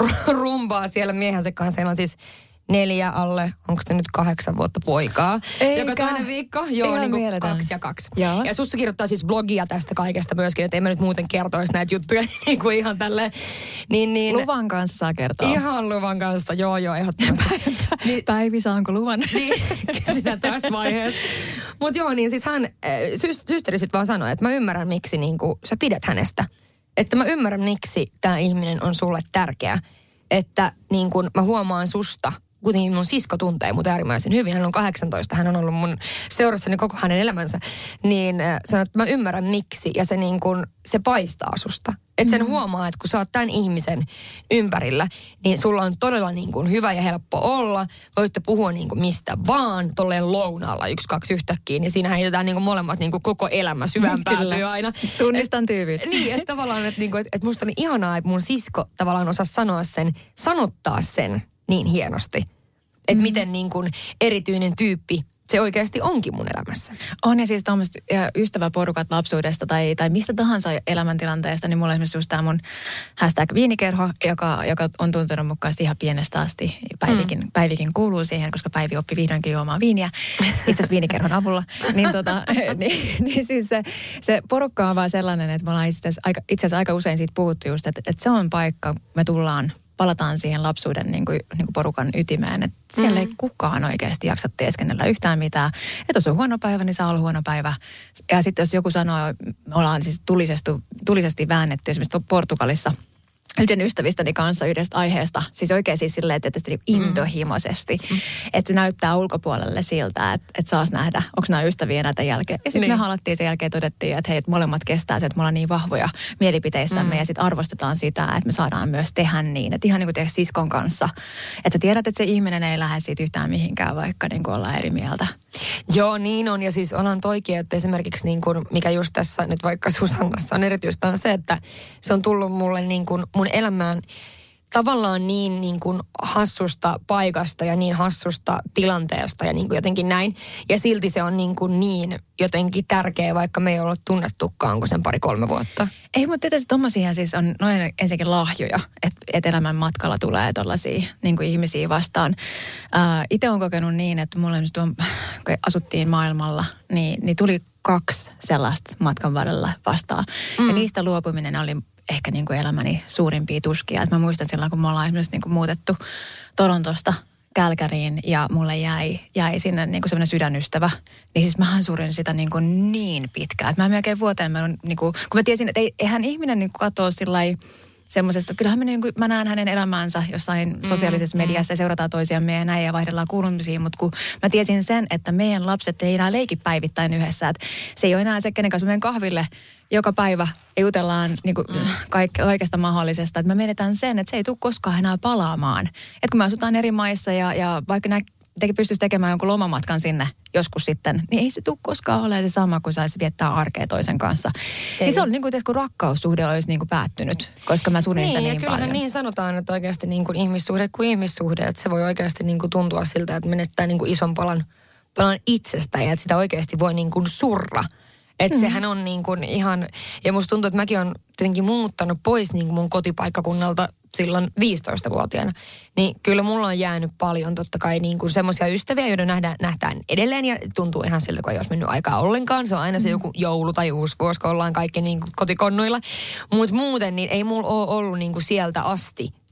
rumbaa siellä miehensä kanssa. Heillä on siis neljä alle, onko se nyt kahdeksan vuotta poikaa. Eikä. Joka toinen viikko. Joo, niin kuin kaksi ja kaksi. Joo. Ja Sussu kirjoittaa siis blogia tästä kaikesta myöskin, että en mä nyt muuten kertoisi näitä juttuja niin kuin ihan tälleen. Niin, niin, luvan kanssa saa kertoa. Ihan luvan kanssa, joo joo, ehdottomasti. niin, Päivi, saanko luvan? niin, kysytään tässä vaiheessa. Mutta joo, niin siis hän, systeri sitten vaan sanoi, että mä ymmärrän miksi niin kuin sä pidät hänestä. Että mä ymmärrän miksi tämä ihminen on sulle tärkeä. Että niin kuin mä huomaan susta, kuitenkin mun sisko tuntee mut äärimmäisen hyvin. Hän on kahdeksantoista, hän on ollut mun seurassani koko hänen elämänsä. Niin äh, sanoin, että mä ymmärrän miksi ja se niin kuin, se paistaa susta. Että sen mm-hmm. huomaa, että kun sä oot tämän ihmisen ympärillä, niin sulla on todella niin kuin hyvä ja helppo olla. Voitte puhua niin kuin mistä vaan, tolleen lounaalla yksi, kaksi yhtäkkiä. Niin siinä heitetään niin kuin molemmat niin kuin koko elämä syvään päätyy aina. Tunnistan tyypit. Niin, että tavallaan, että, niin kuin, että, että musta on ihanaa, että mun sisko tavallaan osasi sanoa sen, sanottaa sen niin hienosti. Että mm-hmm. miten niin kuin erityinen tyyppi se oikeasti onkin mun elämässä. On ja siis tuommoiset ystäväporukat lapsuudesta tai, tai mistä tahansa elämäntilanteesta, niin mulla on esimerkiksi just tämä mun hashtag viinikerho, joka, joka on tuntunut mukaan ihan pienestä asti. Päivikin, mm. Päivikin kuuluu siihen, koska Päivi oppi vihdoinkin juomaan viiniä, itse asiassa viinikerhon avulla. niin, tota, niin, niin siis se, se porukka on vaan sellainen, että me ollaan itse asiassa aika, itse asiassa aika usein siitä puhuttu just, että, että se on paikka, me tullaan palataan siihen lapsuuden niin kuin, niin kuin porukan ytimeen, että siellä mm. ei kukaan oikeasti jaksa teeskennellä yhtään mitään. Että jos on huono päivä, niin saa olla huono päivä. Ja sitten jos joku sanoo, me ollaan siis tulisesti, tulisesti väännetty esimerkiksi Portugalissa yhden ystävistäni kanssa yhdestä aiheesta, siis oikein siis silleen, että tietysti intohimoisesti, mm. että se näyttää ulkopuolelle siltä, että, että saas nähdä, onko nämä ystäviä enää tämän jälkeen. Ja sitten niin. me halattiin sen jälkeen, todettiin, että hei, että molemmat kestää se, että me ollaan niin vahvoja mielipiteissämme mm. ja sitten arvostetaan sitä, että me saadaan myös tehdä niin, että ihan niin kuin tehdä siskon kanssa, että sä tiedät, että se ihminen ei lähde siitä yhtään mihinkään, vaikka niin kuin ollaan eri mieltä. Joo, niin on ja siis onhan toikin, että esimerkiksi niin kuin, mikä just tässä nyt vaikka Susannassa on erityistä on se, että se on tullut mulle niin kuin mun elämään tavallaan niin, niin kuin hassusta paikasta ja niin hassusta tilanteesta ja niin kuin jotenkin näin. Ja silti se on niin, kuin niin jotenkin tärkeä, vaikka me ei olla tunnettukaan kuin sen pari-kolme vuotta. Ei, mutta tietysti tommosia siis on noin ensinnäkin lahjoja, että et elämän matkalla tulee tollaisia niin kuin ihmisiä vastaan. Ää, itse olen kokenut niin, että mulla nyt tuon, kun asuttiin maailmalla, niin, niin tuli kaksi sellaista matkan varrella vastaan. Mm. Ja niistä luopuminen oli ehkä niin kuin elämäni suurimpia tuskia. Et mä muistan silloin, kun me ollaan esimerkiksi niin kuin muutettu Torontosta Kälkäriin ja mulle jäi, jäi sinne niin kuin sellainen sydänystävä. Niin siis mähän suurin sitä niin, kuin niin pitkään. Että mä melkein vuoteen, mä niin kuin, kun mä tiesin, että ei, eihän ihminen niin kuin katsoa sillai semmoisesta, kyllähän mä, niin kuin, mä näen hänen elämäänsä jossain sosiaalisessa mm, mediassa mm. ja seurataan toisiamme ja näin ja vaihdellaan kuulumisia, mutta kun mä tiesin sen, että meidän lapset ei enää leiki päivittäin yhdessä, että se ei ole enää se, kenen kanssa mä menen kahville joka päivä ja jutellaan niin kuin, mm. kaik, kaikesta mahdollisesta, että mä menetään sen, että se ei tule koskaan enää palaamaan. Että kun me asutaan eri maissa ja, ja vaikka nämä te pystyisi tekemään jonkun lomamatkan sinne joskus sitten, niin ei se tule koskaan olemaan se sama, kun saisi viettää arkea toisen kanssa. Ei. Niin se on niin kuin, kun rakkaussuhde olisi niin kuin päättynyt, koska mä surin niin, sitä niin ja paljon. Kyllähän niin sanotaan, että oikeasti niin kuin ihmissuhde kuin ihmissuhde, että se voi oikeasti niin kuin tuntua siltä, että menettää niin kuin ison palan, palan itsestään ja että sitä oikeasti voi niin kuin surra. Että mm. sehän on niin kuin ihan, ja musta tuntuu, että mäkin olen tietenkin muuttanut pois niin kuin mun kotipaikkakunnalta silloin viisitoistavuotiaana. Niin kyllä mulla on jäänyt paljon totta kai niin kuin semmoisia ystäviä, joiden nähdään, nähdään edelleen ja tuntuu ihan siltä, kun ei olisi mennyt aikaa ollenkaan. Se on aina se joku joulu tai uusi vuosi, kun ollaan kaikki niin kuin kotikonnuilla. Mutta muuten niin ei mulla ole ollut niin kuin sieltä asti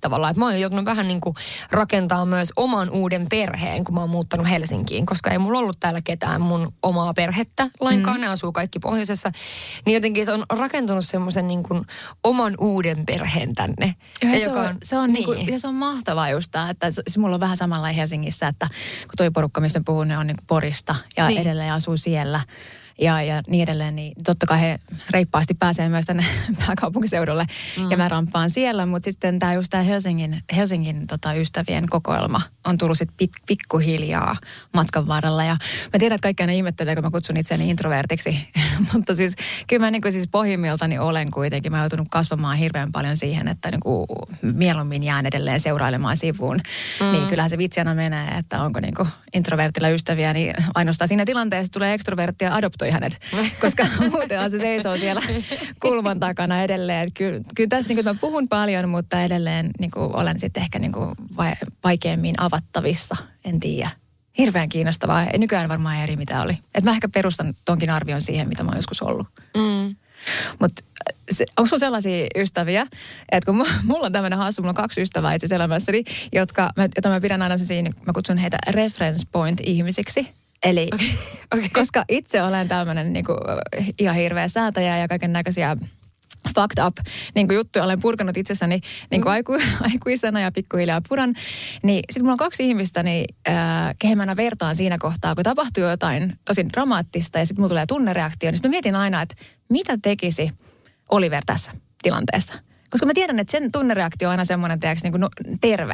tavallaan. Että mä oon joutunut vähän niin kuin rakentaa myös oman uuden perheen, kun mä oon muuttanut Helsinkiin, koska ei mulla ollut täällä ketään mun omaa perhettä lainkaan. Mm. Ne asuu kaikki pohjoisessa. Niin jotenkin on rakentunut semmoisen niin kuin oman uuden perheen tänne. Ja, ja se, joka on, se, on niin. Niin kuin, ja se on mahtavaa just tämä, että siis mulla on vähän samanlainen Helsingissä, että kun toi porukka, mistä puhun, ne on niin kuin Porista ja niin. edelleen asuu siellä. Ja, ja niin edelleen, niin totta kai he reippaasti pääsee myös tänne pääkaupunkiseudulle mm. ja mä rampaan siellä. Mutta sitten tämä just tämä Helsingin, Helsingin tota, ystävien kokoelma on tullut sitten pit, pikkuhiljaa matkan varrella. Ja mä tiedän, että kaikki aina ihmettelee, kun mä kutsun itseäni introvertiksi. Mutta siis kyllä mä niin kuin siis pohjimmiltani olen kuitenkin. Mä oon joutunut kasvamaan hirveän paljon siihen, että niin kuin mieluummin jään edelleen seurailemaan sivuun. Mm. Niin kyllähän se vitsi aina menee, että onko niin kuin introvertilla ystäviä, niin ainoastaan siinä tilanteessa tulee ekstrovertti ja adoptoi hänet, koska muutenhan se seisoo siellä kulman takana edelleen. Kyllä, kyllä tässä niin kuin mä puhun paljon, mutta edelleen niin kuin olen sitten ehkä niin kuin vaikeammin avattavissa, en tiedä. Hirveän kiinnostavaa. Nykyään varmaan eri mitä oli. Et mä ehkä perustan tonkin arvion siihen, mitä mä oon joskus ollut. Mm. Mutta onko sun sellaisia ystäviä, että kun mulla on tämmöinen hassu, mulla on kaksi ystävää itse elämässäni, jotka, jota mä pidän aina siinä, mä kutsun heitä reference point ihmisiksi. Eli, okay, okay. koska itse olen tämmöinen niin kuin, ihan hirveä säätäjä ja kaiken näköisiä fucked up niin kuin juttuja olen purkanut itsessäni niin kuin mm. aiku, aikuisena ja pikkuhiljaa puran. Niin sitten mulla on kaksi ihmistä, niin äh, kehen mä aina vertaan siinä kohtaa, kun tapahtuu jotain tosi dramaattista ja sitten mulla tulee tunnereaktio. Niin sitten mä mietin aina, että mitä tekisi Oliver tässä tilanteessa. Koska mä tiedän, että sen tunnereaktio on aina semmoinen, teoks, niin kuin no, terve.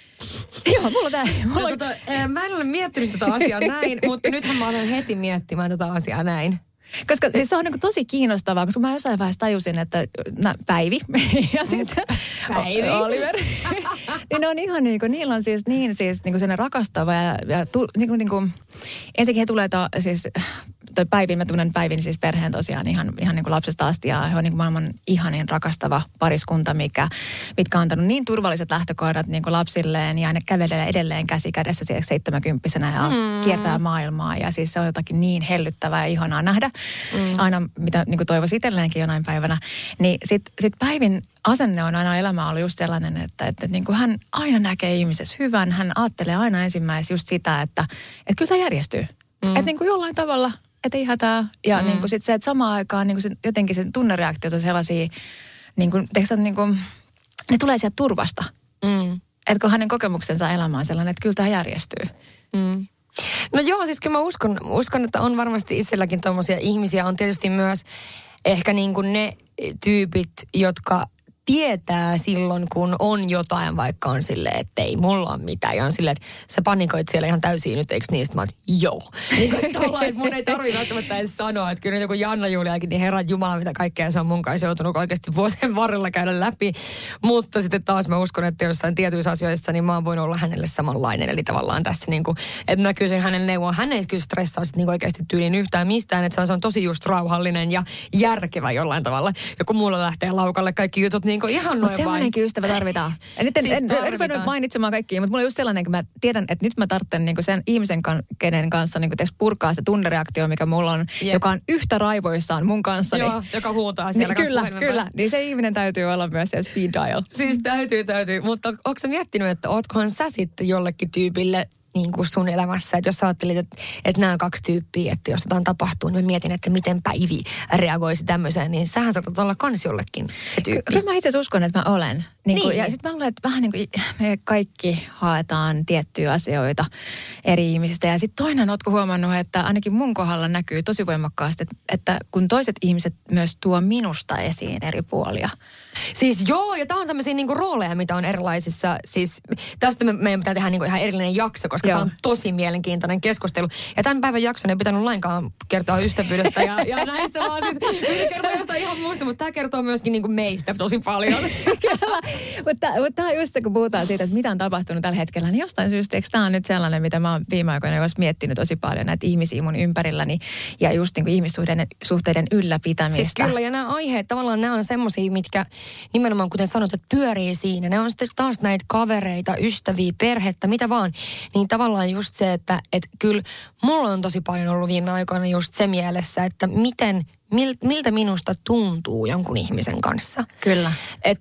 Joo, mulla tää. Mulla... No, tota, mä en ole miettinyt tätä asiaa näin, mutta nythän mä olen heti miettimään tätä asiaa näin. Koska siis se on niin kuin tosi kiinnostavaa, koska mä jossain vaiheessa tajusin, että nä, Päivi ja sitten Päivi. Oliver. Niin ne on ihan niin kuin, niillä on siis niin siis niin kuin sellainen rakastava ja, ja tu, niin kuin, niin kuin, ensinnäkin he tulee ta, siis toi Päivi, mä tunnen Päivin siis perheen tosiaan ihan, ihan niin kuin lapsesta asti ja he on niin kuin maailman ihanin rakastava pariskunta, mikä, mitkä on antanut niin turvalliset lähtökohdat niin kuin lapsilleen ja ne kävelee edelleen käsi kädessä siellä seitsemänkymppisenä ja mm. kiertää maailmaa ja siis se on jotakin niin hellyttävää ja ihanaa nähdä. Mm. Aina mitä niin kuin toivoisi itselleenkin jonain päivänä. Niin sitten sit Päivin asenne on aina elämä ollut just sellainen, että, että niin kuin hän aina näkee ihmisessä hyvän. Hän ajattelee aina ensimmäisenä just sitä, että, että kyllä tämä järjestyy. Mm. Että niin kuin jollain tavalla, että ei hätää. Ja mm. niin kuin sit se, että samaan aikaan niin kuin se, jotenkin se tunnereaktiot on sellaisia, niin kuin, teikö, niin kuin, ne tulee sieltä turvasta. Mm. Että kun hänen kokemuksensa elämä on sellainen, että kyllä tämä järjestyy. Mm. No joo, siis kyllä mä uskon, uskon, että on varmasti itselläkin tommosia ihmisiä. On tietysti myös ehkä niin kuin ne tyypit, jotka tietää silloin, kun on jotain, vaikka on silleen, että ei mulla ole mitään. Ja on silleen, että sä panikoit siellä ihan täysin nyt, eikö niistä? Mä oon, joo. Niin kuin tavallaan, että mun ei tarvitse välttämättä edes sanoa, että kyllä nyt joku Janna Juliakin, niin herran jumala, mitä kaikkea se on mun kanssa joutunut oikeasti vuosien varrella käydä läpi. Mutta sitten taas mä uskon, että jossain tietyissä asioissa, niin mä oon voinut olla hänelle samanlainen. Eli tavallaan tässä niin kuin, että mä kysyn hänen neuvoa. Hän ei kyllä stressaa sitten niin oikeasti tyyliin yhtään mistään, että se on, se on tosi just rauhallinen ja järkevä jollain tavalla. Ja kun mulla lähtee laukalle kaikki jutut niin kuin ihan mutta semmoinenkin ystävä tarvitaan. En nyt siis en, en, en mainitsemaan kaikkia, mutta mulla on just sellainen, kun mä tiedän, että nyt mä tarvitsen niinku sen ihmisen, kenen kanssa niinku purkaa se tunnereaktio, mikä mulla on, Jep. joka on yhtä raivoissaan mun kanssa. Joo, niin, joka huutaa siellä. Niin, kyllä, kyllä. Kanssa. Niin se ihminen täytyy olla myös siellä speed dial. Siis täytyy, täytyy. Mutta onko sä miettinyt, että ootkohan sä sitten jollekin tyypille niin kuin sun elämässä, että jos sä ajattelit, että, että nämä kaksi tyyppiä, että jos jotain tapahtuu, niin mä mietin, että miten Päivi reagoisi tämmöiseen, niin sähän saatat olla kans jollekin se tyyppi. Kyllä mä itse asiassa uskon, että mä olen. Niin niin. Kuin, ja sitten mä luulen, että vähän niin kuin me kaikki haetaan tiettyjä asioita eri ihmisistä. Ja sitten toinen, ootko huomannut, että ainakin mun kohdalla näkyy tosi voimakkaasti, että, että kun toiset ihmiset myös tuo minusta esiin eri puolia. Siis joo, ja tää on tämmöisiä niinku rooleja, mitä on erilaisissa, siis tästä me, meidän pitää tehdä niinku ihan erillinen jakso, koska joo. Tää on tosi mielenkiintoinen keskustelu. Ja tämän päivän jakson ei pitänyt lainkaan kertoa ystävyydestä ja, ja näistä, vaan siis kertoo jostain ihan muusta, mutta tää kertoo myöskin niinku meistä tosi paljon. Kyllä, mutta, mutta tää on just se, kun puhutaan siitä, että mitä on tapahtunut tällä hetkellä, niin jostain syystä, eikö tää on nyt sellainen, mitä mä oon viime aikoina myös miettinyt tosi paljon, näitä ihmisiä mun ympärilläni ja just niinku ihmissuhteiden ylläpitämistä. Siis kyllä, ja nämä aiheet, tavallaan nämä on semmosia, mitkä nimenomaan, kuten sanot, että pyörii siinä. Ne on sitten taas näitä kavereita, ystäviä, perhettä, mitä vaan. Niin tavallaan just se, että et kyllä mulla on tosi paljon ollut viime aikoina just se mielessä, että miten, mil, miltä minusta tuntuu jonkun ihmisen kanssa. Kyllä. Että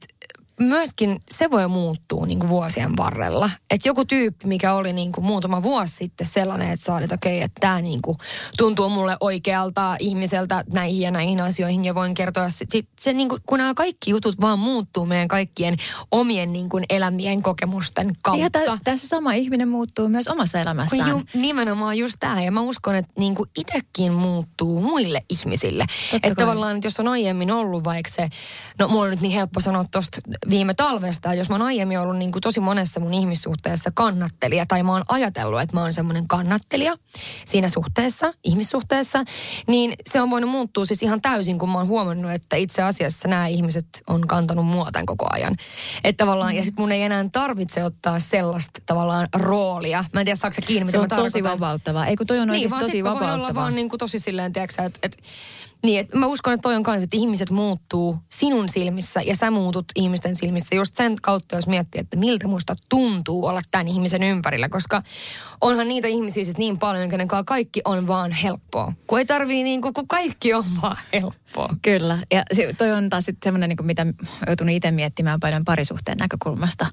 myöskin se voi muuttua niin kuin vuosien varrella. Että joku tyyppi, mikä oli niin kuin muutama vuosi sitten sellainen, että sä olet okei, okay, että tämä niin kuin tuntuu mulle oikealta ihmiseltä näihin ja näihin asioihin. Ja voin kertoa, se, se niin kuin, kun nämä kaikki jutut vaan muuttuu meidän kaikkien omien niin kuin elämien kokemusten kautta. Ja tässä sama ihminen muuttuu myös omassa elämässään. Ju, nimenomaan just tämä. Ja mä uskon, että niin kuin itsekin muuttuu muille ihmisille. Että tavallaan, että jos on aiemmin ollut vaikka se, no mulla on nyt niin helppo sanoa tuosta viime talvesta, jos mä oon aiemmin ollut niin kuin tosi monessa mun ihmissuhteessa kannattelija, tai mä oon ajatellut, että mä oon semmoinen kannattelija siinä suhteessa, ihmissuhteessa, niin se on voinut muuttua siis ihan täysin, kun mä oon huomannut, että itse asiassa nämä ihmiset on kantanut mua tämän koko ajan. Että tavallaan, mm. ja sit mun ei enää tarvitse ottaa sellaista tavallaan roolia. Mä en tiedä, saako se kiinni, mitä se mä on tarkoitan. tosi vapauttavaa. Ei kun toi on niin, oikeasti tosi vapauttavaa. Niin, vaan sit mä voin olla vaan niin kuin tosi silleen, tiedätkö, että et, niin, että mä uskon, että toi on kanssa, että ihmiset muuttuu sinun silmissä ja sä muutut ihmisten silmissä just sen kautta, jos miettii, että miltä musta tuntuu olla tämän ihmisen ympärillä, koska onhan niitä ihmisiä sit niin paljon, kenen kanssa kaikki on vaan helppoa. Kun ei tarvii niin kuin, kun kaikki on vaan helppoa. Kyllä, ja se, toi on taas sitten semmoinen, niin kuin mitä joutunut itse miettimään paljon parisuhteen näkökulmasta.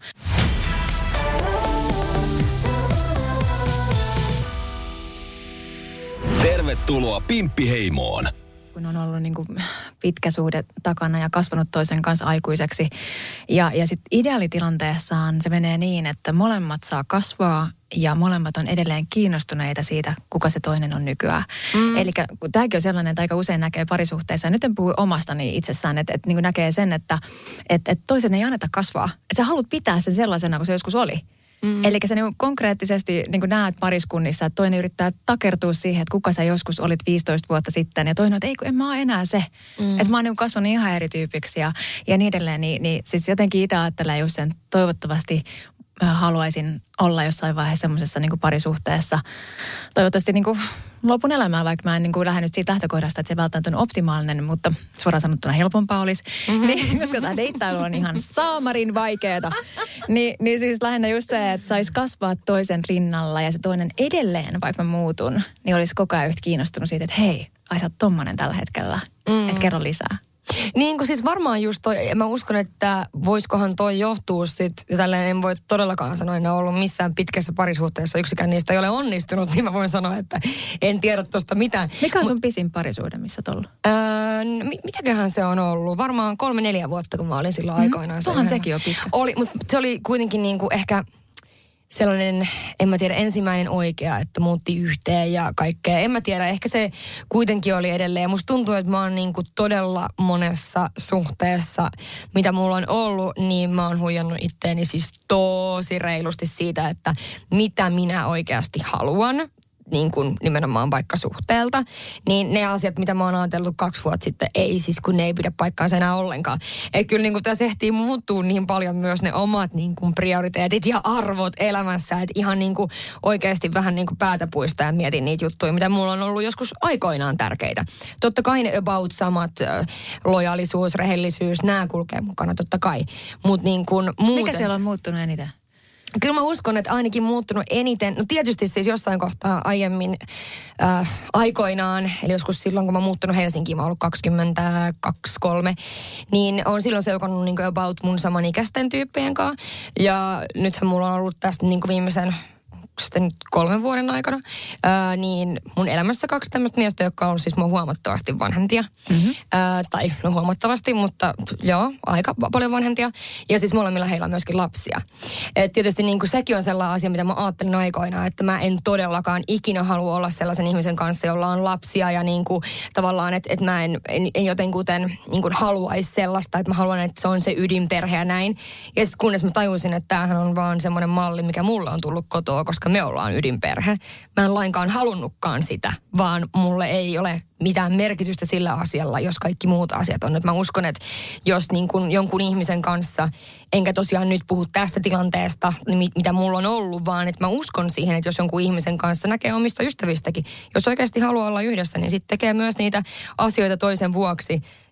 Tervetuloa Pimppiheimoon. Kun on ollut niin kuin pitkä suhde takana ja kasvanut toisen kanssa aikuiseksi. Ja, ja sitten ideaalitilanteessaan se menee niin, että molemmat saa kasvaa ja molemmat on edelleen kiinnostuneita siitä, kuka se toinen on nykyään. Mm. Eli tämäkin on sellainen, että aika usein näkee parisuhteessa, ja nyt en puhu omastani itsessään, että, että niin kuin näkee sen, että, että, että toisen ei anneta kasvaa. Että sä haluat pitää sen sellaisena, kuin se joskus oli. Mm. Eli sä niin konkreettisesti niin näet pariskunnissa, että toinen yrittää takertua siihen, että kuka sä joskus olit viisitoista vuotta sitten. Ja toinen on, että ei, en mä ole enää se. Mm. Että mä oon niin kasvanut ihan eri tyypiksi ja, ja niin edelleen. Niin, niin siis jotenkin itse ajattelen just sen, toivottavasti haluaisin olla jossain vaiheessa semmoisessa niin parisuhteessa. Toivottavasti niin kuin lopun elämää, vaikka mä en niin kuin lähde nyt siitä lähtökohdasta, että se välttämättä on optimaalinen, mutta suoraan sanottuna helpompaa olisi. Mm-hmm. Niin, koska tämä deittailu on ihan saamarin vaikeeta. Ni, niin siis lähinnä just se, että saisi kasvaa toisen rinnalla ja se toinen edelleen, vaikka mä muutun, niin olisi koko ajan yhtä kiinnostunut siitä, että hei, ai sä oot tommonen tällä hetkellä, mm. että kerro lisää. Niin kuin siis varmaan just toi, mä uskon, että voisikohan toi johtuu sit, ja tälleen en voi todellakaan sanoa, en ole ollut missään pitkässä parisuhteessa, yksikään niistä ei ole onnistunut, niin mä voin sanoa, että en tiedä tosta mitään. Mikä on sun Mut, pisin parisuhde, missä oot ollut? Öö, mitäköhän se on ollut? Varmaan kolme, neljä vuotta, kun mä olin silloin mm-hmm. aikoinaan. Tuohan se sekin on pitkä. Oli, mutta se oli kuitenkin niin kuin ehkä sellainen, en mä tiedä, ensimmäinen oikea, että muutti yhteen ja kaikkea. En mä tiedä, ehkä se kuitenkin oli edelleen. Musta tuntuu, että mä oon niin kuin todella monessa suhteessa, mitä mulla on ollut, niin mä oon huijannut itteeni siis tosi reilusti siitä, että mitä minä oikeasti haluan. Niin kuin nimenomaan vaikka suhteelta, niin ne asiat, mitä mä oon ajatellut kaksi vuotta sitten, ei siis kun ne ei pidä paikkaansa enää ollenkaan. Että kyllä niin kuin tässä ehtii muuttuu niin paljon myös ne omat niin kuin prioriteetit ja arvot elämässä, että ihan niin kuin oikeasti vähän niin kuin päätä puista ja mietin niitä juttuja, mitä mulla on ollut joskus aikoinaan tärkeitä. Totta kai ne about samat, äh, lojaalisuus, rehellisyys, nämä kulkee mukana, totta kai. Mut niin kuin muuten... Mikä siellä on muuttunut eniten? Kyllä mä uskon, että ainakin muuttunut eniten, no tietysti siis jossain kohtaa aiemmin äh, aikoinaan, eli joskus silloin, kun mä oon muuttunut Helsinkiin, mä oon ollut kaksikymmentäkaksi kolme, niin on silloin seukannut niin kuin about mun samanikäisten tyyppien kanssa. Ja nythän mulla on ollut tästä niin kuin viimeisen sitten nyt kolmen vuoden aikana, ää, niin mun elämässä kaksi tämmöistä miestä, jotka on siis mua huomattavasti vanhempia. Mm-hmm. Ää, tai no huomattavasti, mutta joo, aika paljon vanhempia. Ja siis molemmilla heillä on myöskin lapsia. Et tietysti niin kuin sekin on sellainen asia, mitä mä ajattelin aikoinaan, että mä en todellakaan ikinä halua olla sellaisen ihmisen kanssa, jolla on lapsia ja niin kuin tavallaan, että, että mä en, en, en jotenkuten niin kuin haluaisi sellaista, että mä haluan, että se on se ydinperhe ja näin. Ja sitten kunnes mä tajusin, että tämähän on vaan semmoinen malli, mikä mulle on tullut kotoa, koska me ollaan ydinperhe. Mä en lainkaan halunnutkaan sitä, vaan mulle ei ole mitään merkitystä sillä asialla, jos kaikki muut asiat on. Et mä uskon, että jos niin kun jonkun ihmisen kanssa, enkä tosiaan nyt puhu tästä tilanteesta, mitä mulla on ollut, vaan että mä uskon siihen, että jos jonkun ihmisen kanssa näkee omista ystävistäkin, jos oikeasti haluaa olla yhdessä, niin sitten tekee myös niitä asioita toisen vuoksi.